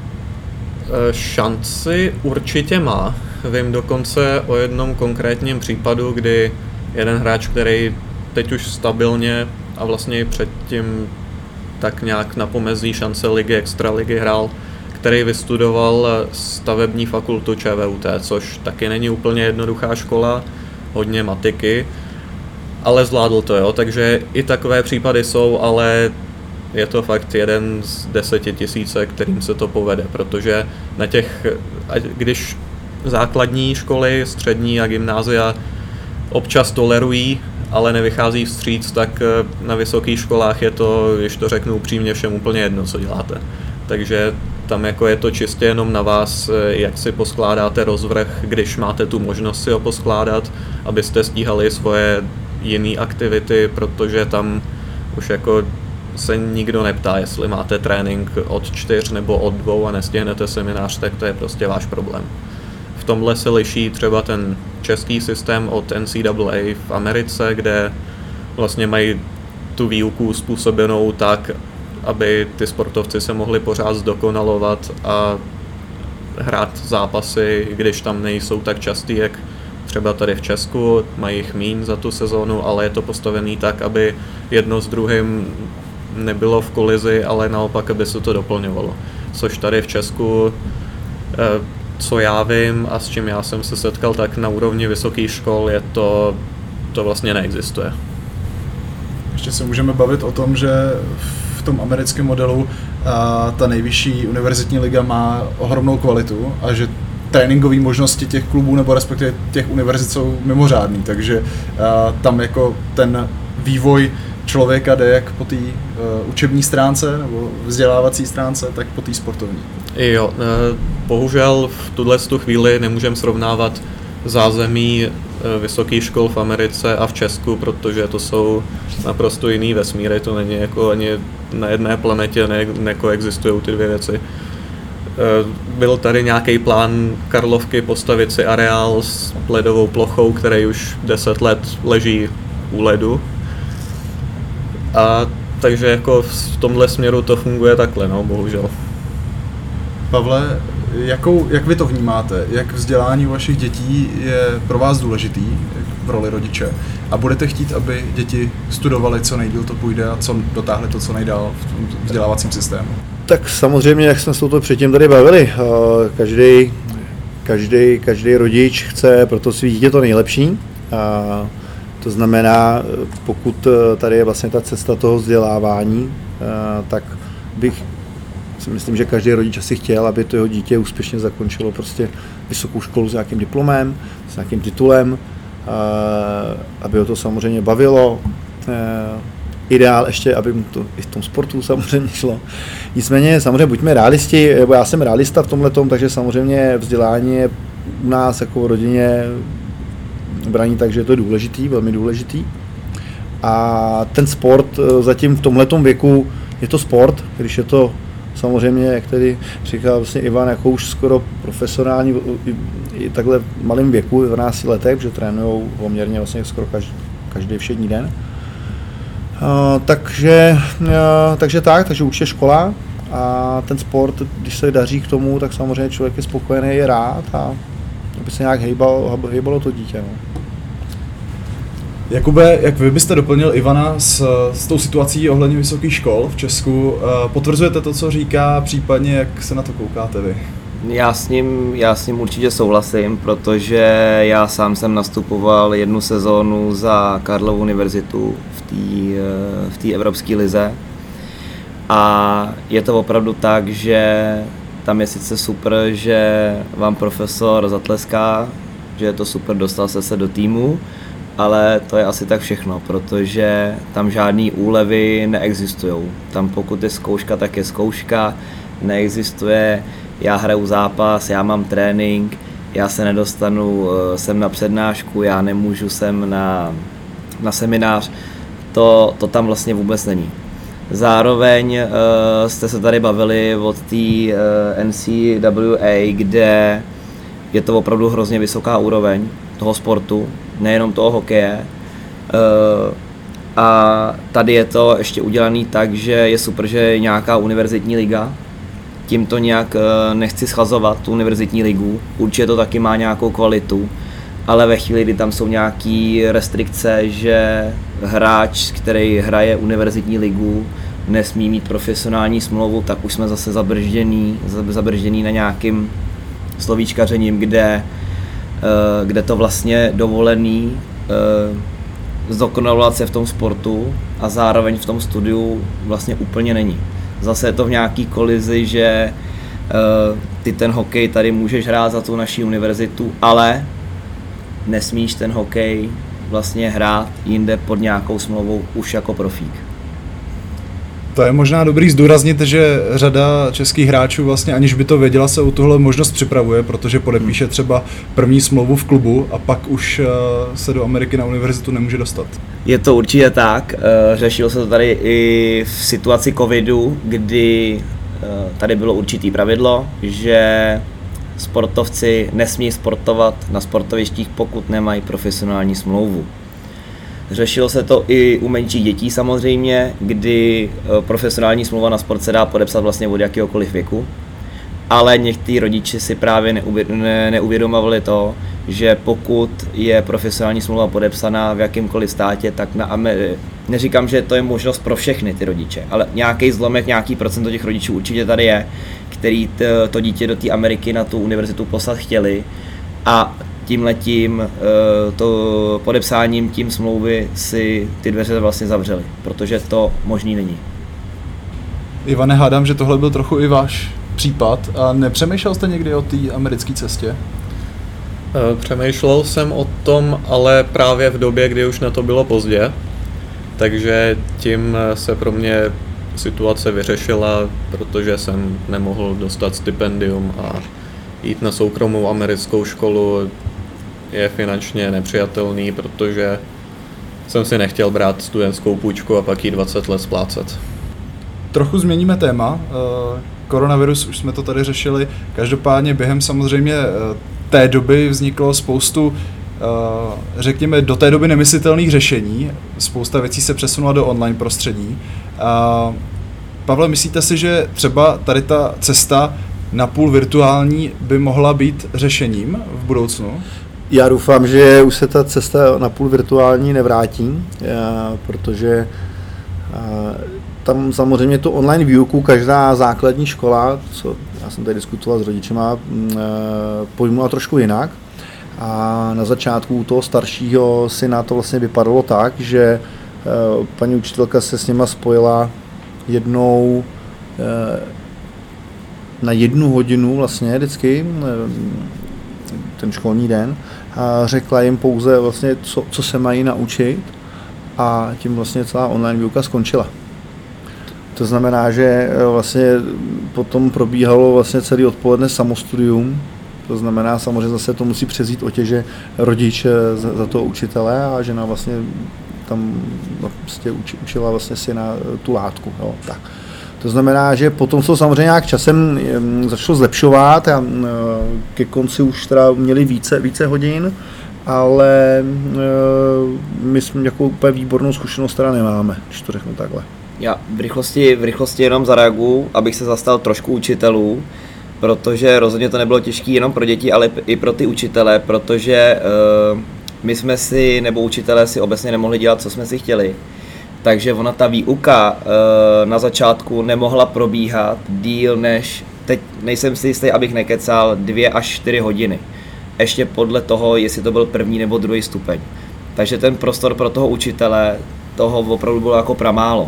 Šanci určitě má. Vím dokonce o jednom konkrétním případu, kdy jeden hráč, který teď už stabilně a vlastně i předtím tak nějak na pomezí šance ligy, extraligy hrál, který vystudoval stavební fakultu ČVUT, což taky není úplně jednoduchá škola, hodně matiky, ale zvládl to, jo, takže i takové případy jsou, ale je to fakt jeden z 10 000, kterým se to povede, protože na těch, když základní školy, střední a gymnázia občas tolerují, ale nevychází vstříc, tak na vysokých školách je to, když to řeknu upřímně, všem úplně jedno, co děláte. Takže tam jako je to čistě jenom na vás, jak si poskládáte rozvrh, když máte tu možnost si ho poskládat, abyste stíhali svoje jiné aktivity, protože tam už jako se nikdo neptá, jestli máte trénink od 4 nebo od 2 a nestihnete seminář, tak to je prostě váš problém. V tomhle se liší třeba ten český systém od NCAA v Americe, kde vlastně mají tu výuku způsobenou tak, aby ty sportovci se mohli pořád zdokonalovat a hrát zápasy, když tam nejsou tak častý, jak třeba tady v Česku, mají jich míň za tu sezónu, ale je to postavený tak, aby jedno s druhým nebylo v kolizi, ale naopak, aby se to doplňovalo. Což tady v Česku, co já vím a s čím já jsem se setkal, tak na úrovni vysokých škol je to vlastně neexistuje. Ještě se můžeme bavit o tom, že v tom americkém modelu ta nejvyšší univerzitní liga má ohromnou kvalitu a že tréninkové možnosti těch klubů nebo respektive těch univerzit jsou mimořádný, takže tam jako ten vývoj člověka jde jak po té učební stránce nebo vzdělávací stránce, tak po té sportovní. Jo, bohužel v tuhle chvíli nemůžeme srovnávat zázemí vysokých škol v Americe a v Česku, protože to jsou naprosto jiný vesmíry, to není jako ani na jedné planetě nekoexistují ty dvě věci. Byl tady nějaký plán Karlovky postavit si areál s ledovou plochou, který už 10 let leží u ledu. A takže jako v tomhle směru to funguje takhle, no, bohužel. Pavle, jak vy to vnímáte? Jak vzdělání vašich dětí je pro vás důležitý v roli rodiče? A budete chtít, aby děti studovaly co nejdýl to půjde a co dotáhli to co nejdál v tom vzdělávacím systému? Tak samozřejmě, jak jsme se o to předtím tady bavili, každý rodič chce pro to svý dítě to nejlepší. A to znamená, pokud tady je vlastně ta cesta toho vzdělávání, tak si myslím, že každý rodič asi chtěl, aby to jeho dítě úspěšně zakončilo prostě vysokou školu s nějakým diplomem, s nějakým titulem, aby ho to samozřejmě bavilo. Ideál ještě, aby mu to i v tom sportu samozřejmě šlo. Nicméně samozřejmě buďme realisti, nebo já jsem realista v tomhletom, takže samozřejmě vzdělání je u nás jako v rodině braní tak, že je to důležitý, velmi důležitý. A ten sport zatím v tomhletom věku je to sport, když je to samozřejmě, jak tady říkal vlastně Ivan, jako už skoro profesionální i takhle v malém věku, 12 letech, protože trénujou poměrně vlastně skoro každý všední den. Takže určitě škola a ten sport, když se daří k tomu, tak samozřejmě člověk je spokojený, je rád a aby se nějak hejbalo to dítě. No. Jakube, jak vy byste doplnil Ivana s tou situací ohledně vysokých škol v Česku? Potvrzujete to, co říká, případně jak se na to koukáte vy? Já s ním určitě souhlasím, protože já sám jsem nastupoval 1 sezónu za Karlovu univerzitu v té evropské lize a je to opravdu tak, že tam je sice super, že vám profesor zatleská, že je to super, dostal se do týmu, ale to je asi tak všechno, protože tam žádný úlevy neexistují. Tam pokud je zkouška, tak je zkouška, neexistuje já hraju zápas, já mám trénink, já se nedostanu sem na přednášku, já nemůžu sem na seminář, to tam vlastně vůbec není. Zároveň jste se tady bavili od té NCAA, kde je to opravdu hrozně vysoká úroveň toho sportu, nejenom toho hokeje. A tady je to ještě udělané tak, že je super, že je nějaká univerzitní liga. Tím to nějak nechci schazovat, tu univerzitní ligu, určitě to taky má nějakou kvalitu, ale ve chvíli, kdy tam jsou nějaké restrikce, že hráč, který hraje univerzitní ligu, nesmí mít profesionální smlouvu, tak už jsme zase zabržděný na nějakým slovíčkařením, kde to vlastně dovolený zdokonalovat se v tom sportu a zároveň v tom studiu vlastně úplně není. Zase je to v nějaký kolizi, že ty ten hokej tady můžeš hrát za tu naši univerzitu, ale nesmíš ten hokej vlastně hrát jinde pod nějakou smlouvou už jako profík. To je možná dobrý zdůraznit, že řada českých hráčů vlastně aniž by to věděla, se o tuhle možnost připravuje, protože podepíše třeba první smlouvu v klubu a pak už se do Ameriky na univerzitu nemůže dostat. Je to určitě tak, řešilo se to tady i v situaci covidu, kdy tady bylo určitý pravidlo, že sportovci nesmí sportovat na sportovištích, pokud nemají profesionální smlouvu. Řešilo se to i u menších dětí samozřejmě, kdy profesionální smlouva na sport se dá podepsat vlastně od jakéhokoliv věku, ale někteří rodiče si právě neuvědomovali to, že pokud je profesionální smlouva podepsaná v jakýmkoliv státě, tak neříkám, že to je možnost pro všechny ty rodiče, ale nějaký zlomek, nějaký procento těch rodičů určitě tady je, který to dítě do té Ameriky na tu univerzitu poslat chtěli a tímhletím to podepsáním tím smlouvy si ty dveře vlastně zavřeli, protože to možný není. Ivane, hádám, že tohle byl trochu i váš případ a nepřemýšlel jste někdy o té americké cestě? Přemýšlel jsem o tom, ale právě v době, kdy už na to bylo pozdě, takže tím se pro mě situace vyřešila, protože jsem nemohl dostat stipendium a jít na soukromou americkou školu je finančně nepřijatelný, protože jsem si nechtěl brát studentskou půjčku a pak jí 20 let splácet. Trochu změníme téma. Koronavirus, už jsme to tady řešili. Každopádně během samozřejmě té doby vzniklo spoustu, řekněme, do té doby nemyslitelných řešení. Spousta věcí se přesunula do online prostředí. Pavle, myslíte si, že třeba tady ta cesta napůl virtuální by mohla být řešením v budoucnu? Já doufám, že už se ta cesta napůl virtuální nevrátí, protože tam samozřejmě tu online výuku každá základní škola, co já jsem tady diskutoval s rodičema, pojmula trošku jinak. A na začátku toho staršího syna to vlastně vypadalo tak, že paní učitelka se s nima spojila jednou na 1 hodinu vlastně vždycky, ten školní den, a řekla jim pouze vlastně, co se mají naučit a tím vlastně celá online výuka skončila. To znamená, že vlastně potom probíhalo vlastně celý odpoledne samostudium, to znamená samozřejmě zase to musí přezít otěže rodič za toho učitele a žena vlastně tam vlastně učila vlastně syna tu látku. Jo, tak. To znamená, že potom se samozřejmě nějak časem začalo zlepšovat a ke konci už teda měli více hodin, ale my jsme nějakou úplně výbornou zkušenost teda nemáme, když to řeknu takhle. Já v rychlosti jenom zareaguju, abych se zastal trošku učitelů, protože rozhodně to nebylo těžké jenom pro děti, ale i pro ty učitele, protože my jsme si, nebo učitelé si obecně nemohli dělat, co jsme si chtěli. Takže ona ta výuka na začátku nemohla probíhat díl než, teď nejsem si jistý, abych nekecal, 2 až 4 hodiny. Ještě podle toho, jestli to byl první nebo druhý stupeň. Takže ten prostor pro toho učitele, toho opravdu bylo jako pramálo.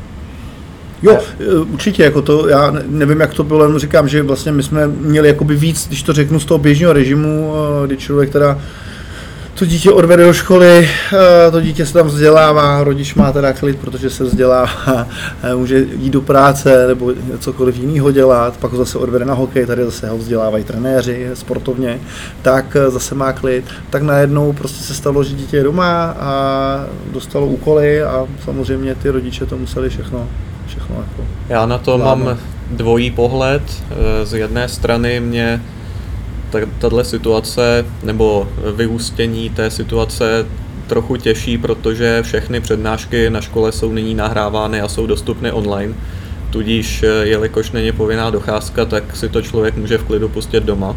Jo, určitě, jako to, já nevím, jak to bylo, jenom říkám, že vlastně my jsme měli jakoby víc, když to řeknu, z toho běžného režimu, kdy člověk teda to dítě odvede do školy, to dítě se tam vzdělává, rodič má teda klid, protože se vzdělává, může jít do práce nebo cokoliv jiného dělat, pak ho zase odvede na hokej, tady zase ho vzdělávají trenéři sportovně, tak zase má klid. Tak najednou prostě se stalo, že dítě je doma a dostalo úkoly a samozřejmě ty rodiče to museli všechno jako Já na to zvládnout. mám dvojí pohled. Z jedné strany mě tato situace nebo vyústění té situace trochu těší, protože všechny přednášky na škole jsou nyní nahrávány a jsou dostupny online. Tudíž, jelikož není povinná docházka, tak si to člověk může v klidu pustit doma.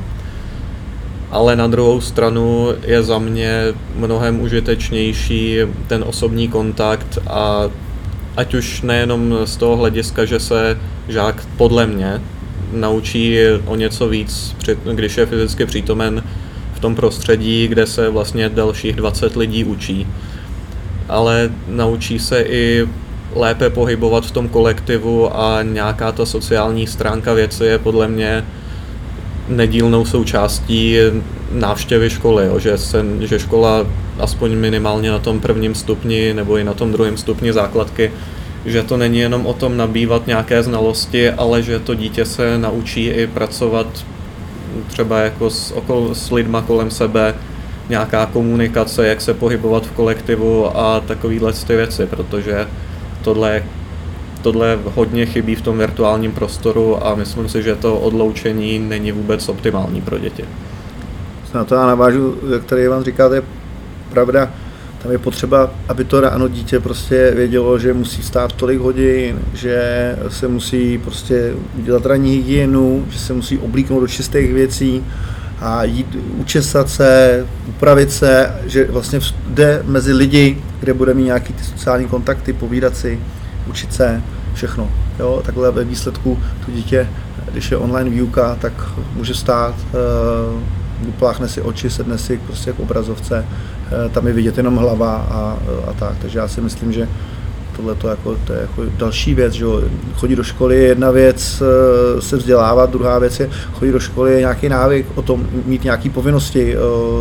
Ale na druhou stranu je za mě mnohem užitečnější ten osobní kontakt a ať už nejenom z toho hlediska, že se žák podle mě naučí o něco víc, když je fyzicky přítomen v tom prostředí, kde se vlastně dalších 20 lidí učí. Ale naučí se i lépe pohybovat v tom kolektivu a nějaká ta sociální stránka věci je podle mě nedílnou součástí návštěvy školy, jo, že škola aspoň minimálně na tom prvním stupni nebo i na tom druhém stupni základky, že to není jenom o tom nabývat nějaké znalosti, ale že to dítě se naučí i pracovat třeba jako s lidma kolem sebe, nějaká komunikace, jak se pohybovat v kolektivu a takovýhle ty věci, protože tohle hodně chybí v tom virtuálním prostoru a myslím si, že to odloučení není vůbec optimální pro děti. Na to já navážu, jak tady vám říká, to je pravda. Tam je potřeba, aby to ráno dítě prostě vědělo, že musí vstát tolik hodin, že se musí prostě udělat ranní hygienu, že se musí oblíknout do čistých věcí a jít učesat se, upravit se, že vlastně jde mezi lidi, kde bude mít nějaký ty sociální kontakty, povídat si, učit se, všechno. Jo, takhle ve výsledku to dítě, když je online výuka, tak může stát, upláchne si oči, sedne si prostě k obrazovce, tam je vidět jenom hlava a tak. Takže já si myslím, že to je jako další věc, že chodit do školy je jedna věc, se vzdělávat, druhá věc je chodit do školy je nějaký návyk o tom mít nějaké povinnosti,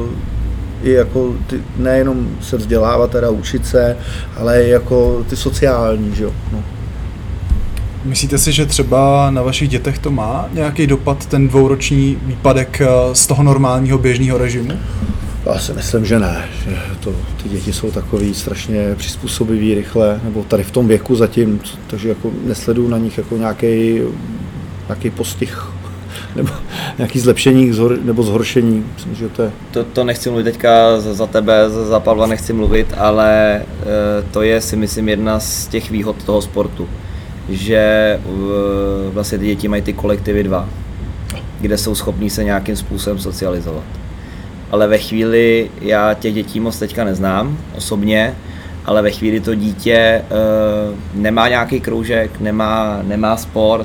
i jako nejenom se vzdělávat, teda učit se, ale jako ty sociální, že jo. No. Myslíte si, že třeba na vašich dětech to má nějaký dopad, ten 2roční výpadek z toho normálního běžného režimu? Já si myslím, že ne. Že ty děti jsou takový strašně přizpůsobivý rychle, nebo tady v tom věku zatím, takže jako nesleduju na nich jako nějaký postih nebo nějaký zlepšení nebo zhoršení. Myslím, že to je... To nechci mluvit teďka za tebe, za Pavla nechci mluvit, ale to je, si myslím, jedna z těch výhod toho sportu, že vlastně ty děti mají ty kolektivy 2, kde jsou schopní se nějakým způsobem socializovat. Ale ve chvíli, já těch dětí moc teďka neznám osobně, ale ve chvíli to dítě nemá nějaký kroužek, nemá sport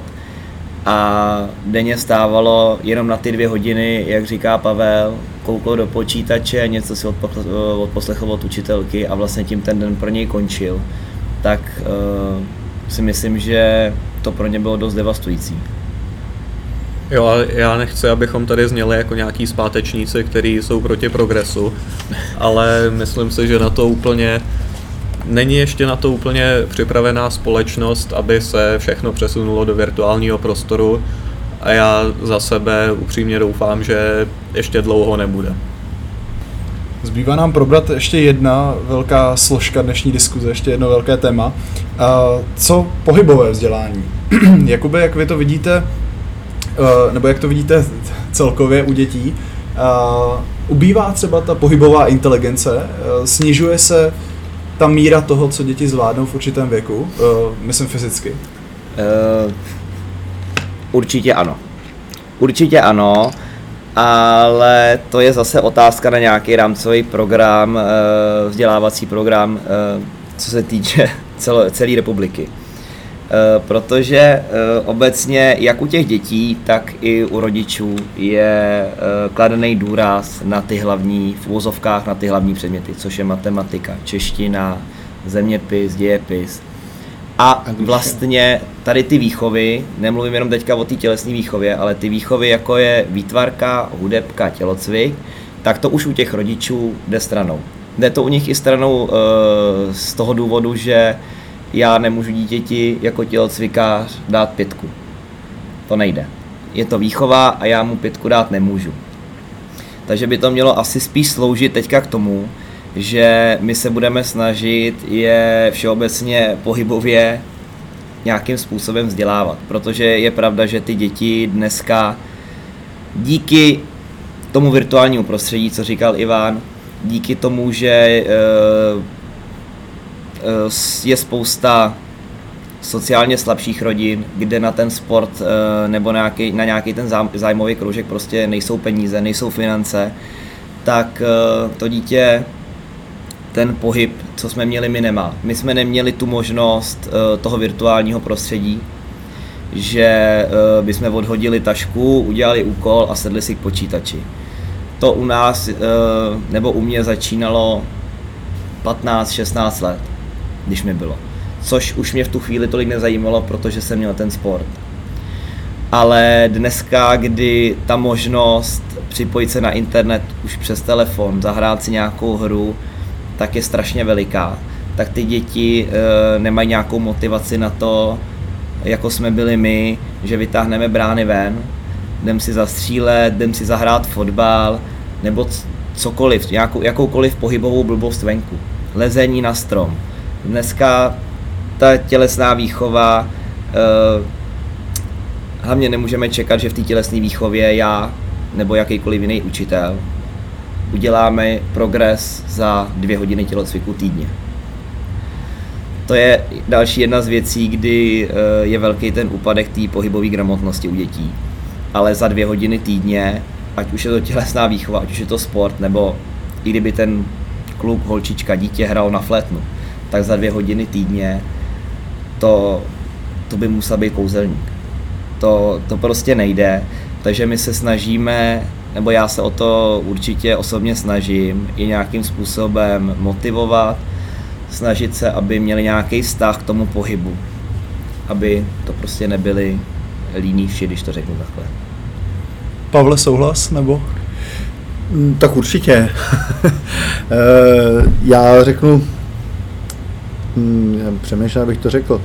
a denně stávalo jenom na ty 2 hodiny, jak říká Pavel, kouklo do počítače, něco si odposlechl od učitelky a vlastně tím ten den pro něj končil, tak si myslím, že to pro ně bylo dost devastující. Jo, já nechci, abychom tady zněli jako nějaký zpátečníci, kteří jsou proti progresu, ale myslím si, že není ještě na to úplně připravená společnost, aby se všechno přesunulo do virtuálního prostoru a já za sebe upřímně doufám, že ještě dlouho nebude. Zbývá nám probrat ještě jedna velká složka dnešní diskuze, ještě jedno velké téma. Co pohybové vzdělání? Jakoby, jak vy to vidíte, nebo jak to vidíte celkově u dětí, ubývá třeba ta pohybová inteligence, snižuje se ta míra toho, co děti zvládnou v určitém věku, myslím fyzicky? Určitě ano. Určitě ano, ale to je zase otázka na nějaký rámcový program, vzdělávací program, co se týče celé republiky. Protože obecně jak u těch dětí, tak i u rodičů je kladený důraz na ty hlavní, v uvozovkách na ty hlavní předměty, což je matematika, čeština, zeměpis, dějepis. A vlastně tady ty výchovy, nemluvím jenom teďka o té tělesné výchově, ale ty výchovy jako je výtvarka, hudebka, tělocvik, tak to už u těch rodičů jde stranou. Jde to u nich i stranou z toho důvodu, že já nemůžu dítěti jako tělocvikář dát 5. To nejde. Je to výchova a já mu 5 dát nemůžu. Takže by to mělo asi spíš sloužit teďka k tomu, že my se budeme snažit je všeobecně pohybově nějakým způsobem vzdělávat. Protože je pravda, že ty děti dneska díky tomu virtuálnímu prostředí, co říkal Ivan, díky tomu, že je spousta sociálně slabších rodin, kde na ten sport nebo na nějaký ten zájmový kroužek prostě nejsou peníze, nejsou finance, tak to dítě ten pohyb, co jsme měli, my nemá. My jsme neměli tu možnost toho virtuálního prostředí, že bychom odhodili tašku, udělali úkol a sedli si k počítači. To u nás nebo u mě začínalo 15-16 let, když mi bylo. Což už mě v tu chvíli tolik nezajímalo, protože jsem měl ten sport. Ale dneska, kdy ta možnost připojit se na internet už přes telefon, zahrát si nějakou hru, tak je strašně veliká, tak ty děti nemají nějakou motivaci na to, jako jsme byli my, že vytáhneme brány ven, jdem si zastřílet, jdem si zahrát fotbal, nebo cokoliv, jakoukoliv pohybovou blbost venku. Lezení na strom. Dneska ta tělesná výchova, hlavně nemůžeme čekat, že v té tělesné výchově já nebo jakýkoliv jiný učitel uděláme progres za 2 hodiny tělocviku týdně. To je další jedna z věcí, kdy je velký ten úpadek té pohybové gramotnosti u dětí. Ale za 2 hodiny týdně, ať už je to tělesná výchova, ať už je to sport, nebo i kdyby ten kluk, holčička, dítě hrál na flétnu, tak za 2 hodiny týdně to by musel být kouzelník. To prostě nejde, takže my se snažíme, nebo já se o to určitě osobně snažím, i nějakým způsobem motivovat, snažit se, aby měli nějaký vztah k tomu pohybu, aby to prostě nebyli línivši, když to řeknu takhle. Pavle, souhlas, nebo? Tak určitě. Já řeknu, přemýšlím, abych to řekl.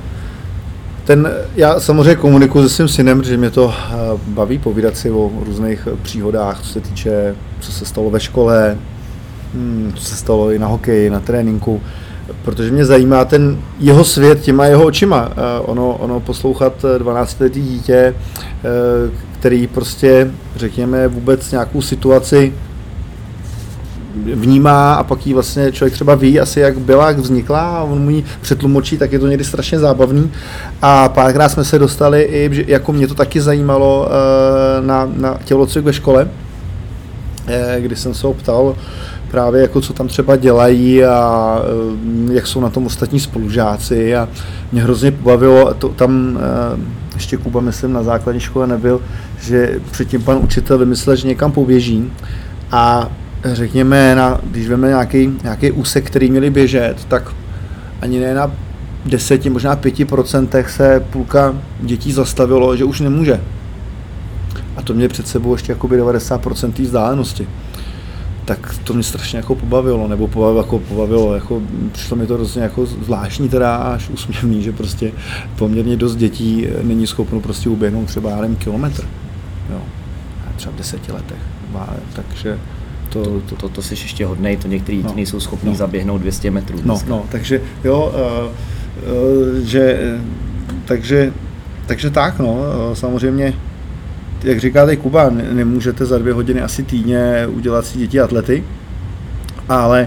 Já samozřejmě komunikuji se svým synem, protože mě to baví povídat si o různých příhodách, co se týče, co se stalo ve škole, co se stalo i na hokeji, na tréninku, protože mě zajímá ten jeho svět těma jeho očima. Ono poslouchat 12letý dítě, který prostě, řekněme, vůbec nějakou situaci vnímá a pak jí vlastně člověk třeba ví asi, jak byla, jak vznikla a on mu ji přetlumočí, tak je to někdy strašně zábavný. A párkrát jsme se dostali i, jako mě to taky zajímalo, na tělocvik ve škole, kdy jsem se ho ptal právě, jako co tam třeba dělají a jak jsou na tom ostatní spolužáci a mě hrozně pobavilo, tam ještě Kuba, myslím, na základní škole nebyl, že předtím pan učitel vymyslel, že někam poběží a řekněme, když vezme nějaký úsek, který měli běžet, tak ani ne na 10, možná 5% se půlka dětí zastavilo, že už nemůže. A to mě před sebou ještě jakoby 90% té vzdálenosti. Tak to mě strašně jako pobavilo, nebo pobavilo, jako přišlo mi to hrozně jako zvláštní teda až úsměvný, že prostě poměrně dost dětí není schopno prostě uběhnout třeba kilometr, jo, třeba v 10 letech, takže to jsi ještě hodnej, to některý děti nejsou schopní zaběhnout 200 metrů. Takže jo, takže tak, samozřejmě, jak říká tady Kuba, nemůžete za 2 hodiny asi týdně udělat si děti atlety, ale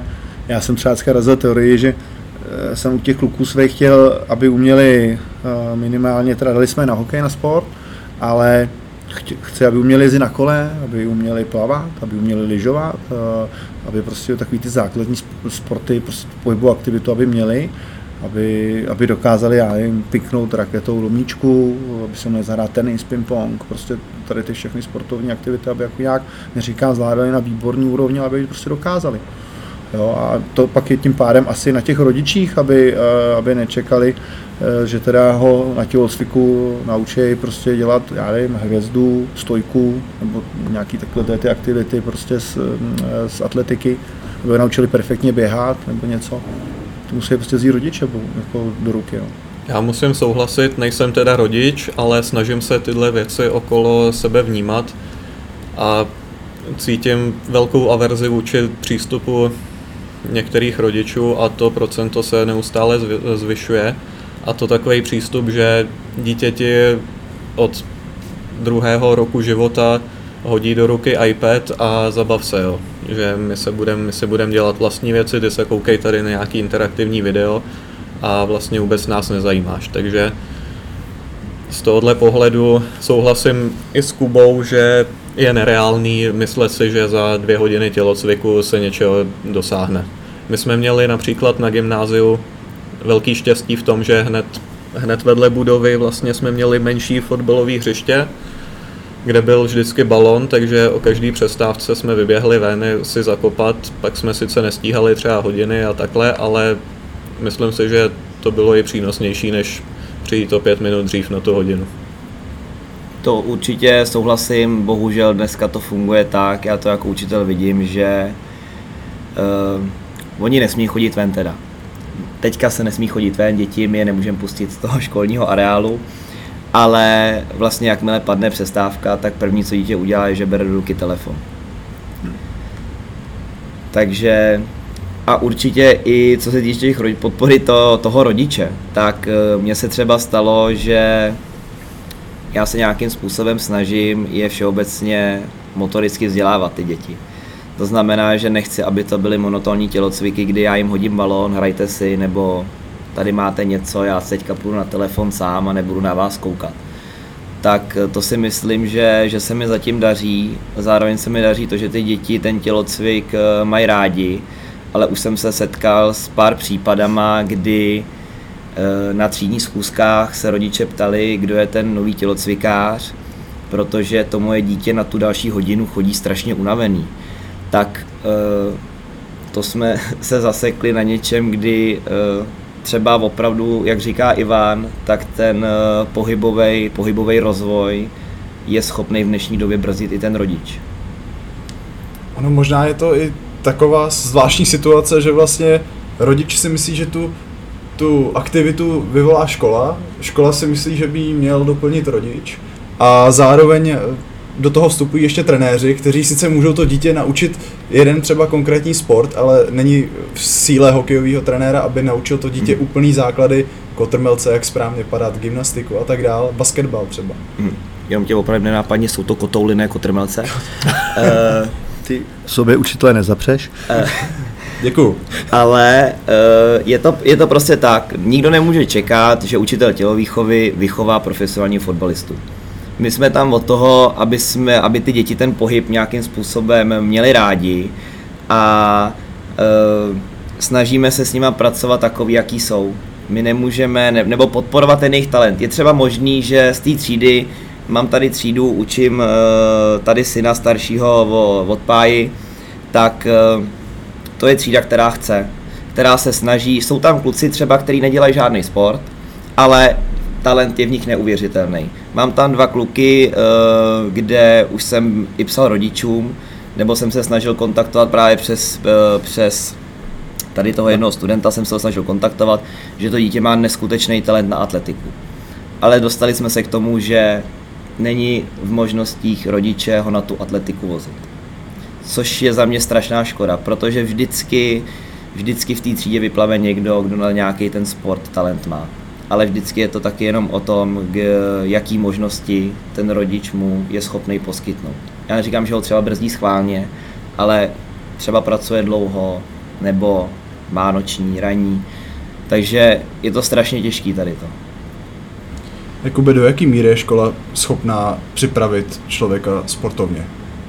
Já jsem třeba razil teorii, že jsem u těch kluků svých chtěl, aby uměli minimálně, teda dali jsme na hokej, na sport, ale chci, aby uměli jezdit na kole, aby uměli plavat, aby uměli lyžovat, aby prostě takový ty základní sporty, prostě pohybovou aktivitu, aby měli, aby dokázali, já jim piknout raketou do míčku, aby se měli zahrát tenis, ping-pong, prostě tady ty všechny sportovní aktivity, aby jako nějak, neříkám, zvládali na výborný úrovni, ale aby prostě dokázali. Jo, a to pak je tím pádem asi na těch rodičích, aby nečekali, že teda ho na tělocviku naučí prostě dělat, já nevím, hvězdu, stojku nebo nějaký takové ty aktivity prostě z atletiky, aby ho naučili perfektně běhat nebo něco. To musí prostě vzít rodiče jako do ruky. No. Já musím souhlasit, nejsem teda rodič, ale snažím se tyhle věci okolo sebe vnímat a cítím velkou averzi vůči přístupu některých rodičů a to procento se neustále zvyšuje. A to takový přístup, že dítěti od 2. roku života hodí do ruky iPad a zabav se, jo. Že my si budeme dělat vlastní věci, ty se koukej tady na nějaký interaktivní video a vlastně vůbec nás nezajímáš. Takže z tohohle pohledu souhlasím i s Kubou, že je nereálný myslet si, že za 2 hodiny tělocviku se něčeho dosáhne. My jsme měli například na gymnáziu velký štěstí v tom, že hned vedle budovy vlastně jsme měli menší fotbalové hřiště, kde byl vždycky balon, takže o každý přestávce jsme vyběhli ven si zakopat, pak jsme sice nestíhali třeba hodiny a takhle, ale myslím si, že to bylo i přínosnější, než přijít o 5 minut dřív na tu hodinu. To určitě souhlasím, bohužel dneska to funguje tak, já to jako učitel vidím, že oni nesmí chodit ven teda. Teďka se nesmí chodit ven, děti my je nemůžeme pustit z toho školního areálu, ale vlastně jakmile padne přestávka, tak první, co dítě udělá, je, že bere do ruky telefon. Takže a určitě i co se týče těch podpory toho rodiče, tak mně se třeba stalo, že já se nějakým způsobem snažím je všeobecně motoricky vzdělávat ty děti. To znamená, že nechci, aby to byly monotónní tělocviky, kdy já jim hodím balón, hrajte si, nebo tady máte něco, já teďka půjdu na telefon sám a nebudu na vás koukat. Tak to si myslím, že se mi zatím daří. Zároveň se mi daří to, že ty děti ten tělocvik mají rádi, ale už jsem se setkal s pár případama, kdy na třídních schůzkách se rodiče ptali, kdo je ten nový tělocvikář, protože to moje dítě na tu další hodinu chodí strašně unavený. Tak to jsme se zasekli na něčem, kdy třeba opravdu, jak říká Ivan, tak ten pohybový rozvoj je schopný v dnešní době brzdit i ten rodič. Ono možná je to i taková zvláštní situace, že vlastně rodič si myslí, že tu aktivitu vyvolá škola si myslí, že by ji měl doplnit rodič a zároveň do toho vstupují ještě trenéři, kteří sice můžou to dítě naučit jeden třeba konkrétní sport, ale není v síle hokejového trenéra, aby naučil to dítě úplný základy, kotrmelce, jak správně padat, gymnastiku a tak dál, basketbal třeba. Jenom tě opravdu nenápadně, jsou to kotouly, ne kotrmelce. Ty sobě učitele nezapřeš. Děkuju. Ale je to prostě tak, nikdo nemůže čekat, že učitel tělovýchovy vychová profesionální fotbalistu. My jsme tam od toho, aby ty děti ten pohyb nějakým způsobem měli rádi a snažíme se s nima pracovat takový, jaký jsou. My nemůžeme, nebo podporovat ten jejich talent. Je třeba možný, že z té třídy, mám tady třídu, učím tady syna staršího od Páji, tak to je třída, která chce, která se snaží. Jsou tam kluci třeba, kteří nedělají žádný sport, ale talent je v nich neuvěřitelný. Mám tam 2 kluky, kde už jsem i psal rodičům, nebo jsem se snažil kontaktovat právě přes tady toho jednoho studenta jsem se snažil kontaktovat, že to dítě má neskutečný talent na atletiku. Ale dostali jsme se k tomu, že není v možnostích rodiče ho na tu atletiku vozit. Což je za mě strašná škoda, protože vždycky v té třídě vyplave někdo, kdo na nějaký ten sport talent má. Ale vždycky je to taky jenom o tom, jaký možnosti ten rodič mu je schopný poskytnout. Já neříkám, že ho třeba brzdí schválně, ale třeba pracuje dlouho, nebo má noční, ranní. Takže je to strašně těžký tady to. Jakoby do jaký míry je škola schopná připravit člověka sportovně?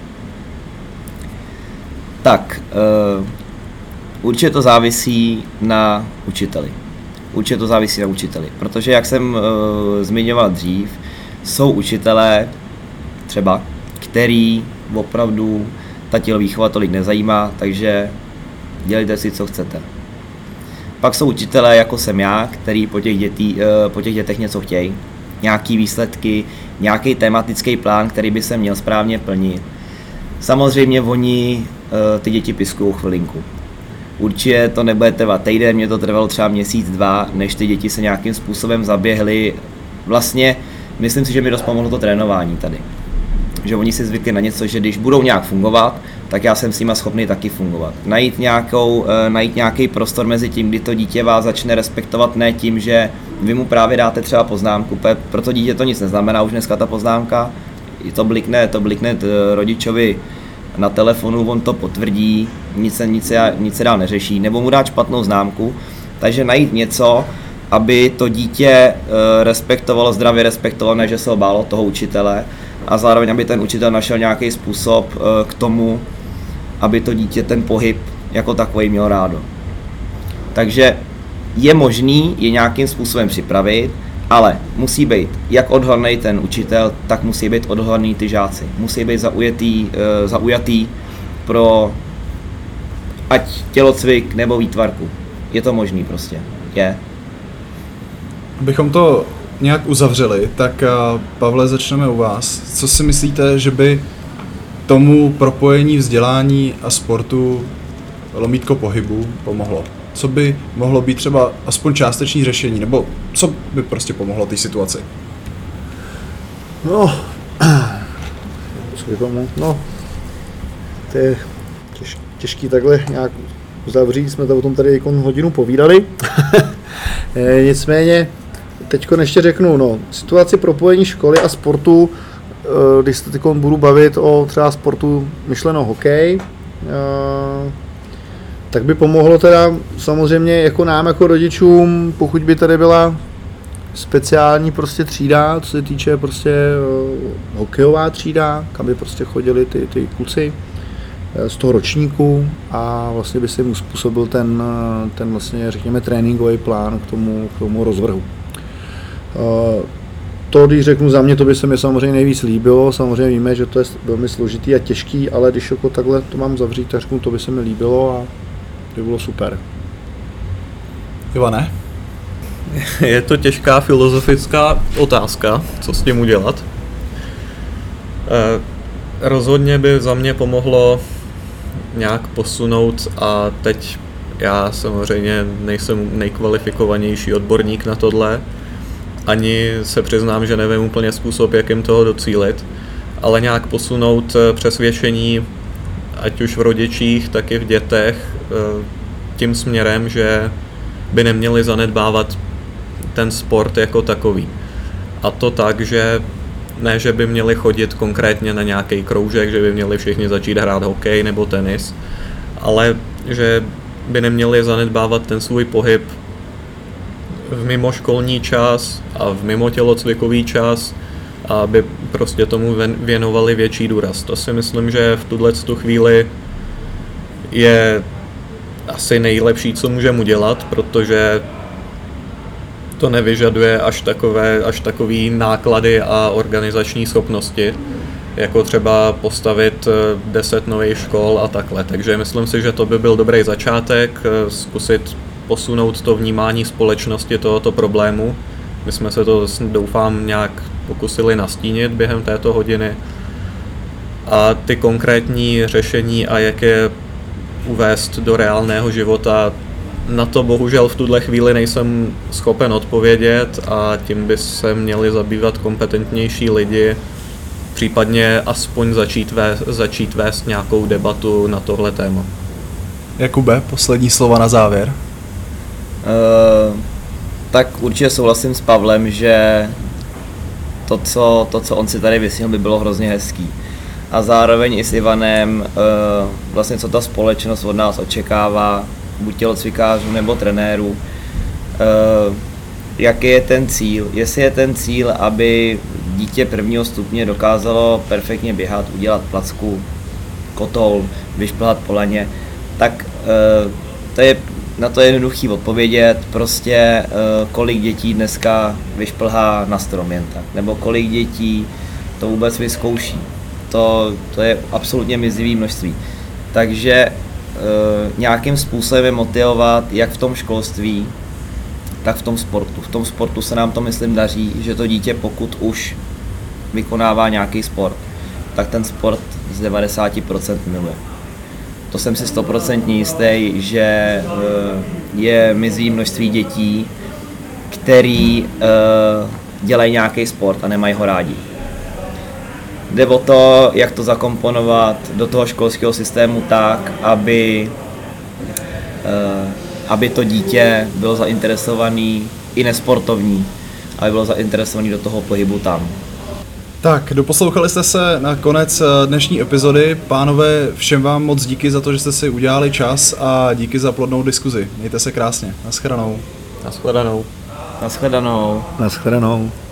Tak, určitě to závisí na učiteli. Protože jak jsem zmiňoval dřív, jsou učitelé třeba, který opravdu ta tělovýchova tolik nezajímá, takže dělejte si, co chcete. Pak jsou učitelé, jako jsem já, který po těch dětech něco chtějí. Nějaký výsledky, nějaký tematický plán, který by se měl správně plnit. Samozřejmě oni ty děti piskují chvilinku. Určitě to nebude trvat týden, mě to trvalo třeba měsíc, 2, než ty děti se nějakým způsobem zaběhly. Vlastně myslím si, že mi dost pomohlo to trénování tady. Že oni si zvykli na něco, že když budou nějak fungovat, tak já jsem s nima schopný taky fungovat. Najít nějaký prostor mezi tím, kdy to dítě vás začne respektovat, ne tím, že vy mu právě dáte třeba poznámku, pro to dítě to nic neznamená už dneska ta poznámka, to blikne rodičovi na telefonu, on to potvrdí, nic se dál neřeší, nebo mu dát špatnou známku, takže najít něco, aby to dítě zdravě respektovalo, ne že se ho bálo toho učitele, a zároveň, aby ten učitel našel nějaký způsob k tomu, aby to dítě ten pohyb jako takový měl rádo. Takže je možný je nějakým způsobem připravit, ale musí být jak odhodlaný ten učitel, tak musí být odhodlaný ty žáci. Musí být zaujatý pro ať tělocvik nebo výtvarku. Je to možný prostě. Je. Abychom to nějak uzavřeli, tak Pavle, začneme u vás. Co si myslíte, že by tomu propojení vzdělání a sportu lomítko pohybu pomohlo? Co by mohlo být třeba aspoň částečné řešení, nebo co by prostě pomohlo té situaci? No, co by pomohlo? No, to je těžký takhle nějak uzavřít, jsme to o tom tady hodinu povídali. Nicméně, teďko ještě řeknu, no, situaci propojení školy a sportu, když se teď budu bavit o třeba sportu myšleno hokej, tak by pomohlo teda samozřejmě jako nám, jako rodičům, pokud by tady byla speciální prostě třída, co se týče prostě hokejová třída, kam by prostě chodili ty kluci z toho ročníku a vlastně by se jim způsobil ten vlastně řekněme tréninkový plán k tomu rozvrhu. To, když řeknu za mě, to by se mi samozřejmě nejvíc líbilo, samozřejmě víme, že to je velmi složitý a těžký, ale když jako takhle to mám zavřít, tak řeknu, to by se mi líbilo a to by bylo super. Ivane? Je to těžká filozofická otázka, co s tím udělat. Rozhodně by za mě pomohlo nějak posunout a teď já samozřejmě nejsem nejkvalifikovanější odborník na tohle, ani se přiznám, že nevím úplně způsob, jak jim toho docílit, ale nějak posunout přesvědčení, ať už v rodičích, tak i v dětech, tím směrem, že by neměli zanedbávat ten sport jako takový. A to tak, že ne, že by měli chodit konkrétně na nějaký kroužek, že by měli všichni začít hrát hokej nebo tenis, ale že by neměli zanedbávat ten svůj pohyb v mimoškolní čas a v mimo tělocvikový čas, aby prostě tomu věnovali větší důraz. To si myslím, že v tuto chvíli je asi nejlepší, co můžeme udělat, protože to nevyžaduje až takový náklady a organizační schopnosti, jako třeba postavit 10 nových škol a takhle. Takže myslím si, že to by byl dobrý začátek, zkusit posunout to vnímání společnosti tohoto problému. My jsme se to, doufám, nějak pokusili nastínit během této hodiny. A ty konkrétní řešení a jak je uvést do reálného života, na to bohužel v tuhle chvíli nejsem schopen odpovědět a tím by se měli zabývat kompetentnější lidi, případně aspoň začít vést nějakou debatu na tohle téma. Jakube, poslední slova na závěr. Tak určitě souhlasím s Pavlem, že to, co on si tady vysnil, by bylo hrozně hezký. A zároveň i s Ivanem, vlastně co ta společnost od nás očekává, buď tělocvikářů nebo trenérů, jaký je ten cíl. Jestli je ten cíl, aby dítě prvního stupně dokázalo perfektně běhat, udělat placku, kotoul, vyšplhat po laně, tak na to je jednoduchý odpovědět, prostě kolik dětí dneska vyšplhá na strom jen tak, nebo kolik dětí to vůbec vyzkouší. To je absolutně mizivý množství. Takže nějakým způsobem motivovat jak v tom školství, tak v tom sportu. V tom sportu se nám to, myslím, daří, že to dítě, pokud už vykonává nějaký sport, tak ten sport z 90% miluje. To jsem si 100% jistý, že je mizí množství dětí, který dělají nějaký sport a nemají ho rádi. Jde o to, jak to zakomponovat do toho školského systému tak, aby to dítě bylo zainteresovaný i nesportovní, aby bylo zainteresovaný do toho pohybu tam. Tak, doposlouchali jste se na konec dnešní epizody. Pánové, všem vám moc díky za to, že jste si udělali čas a díky za plodnou diskuzi. Mějte se krásně. Naschledanou. Naschledanou. Naschledanou. Naschledanou.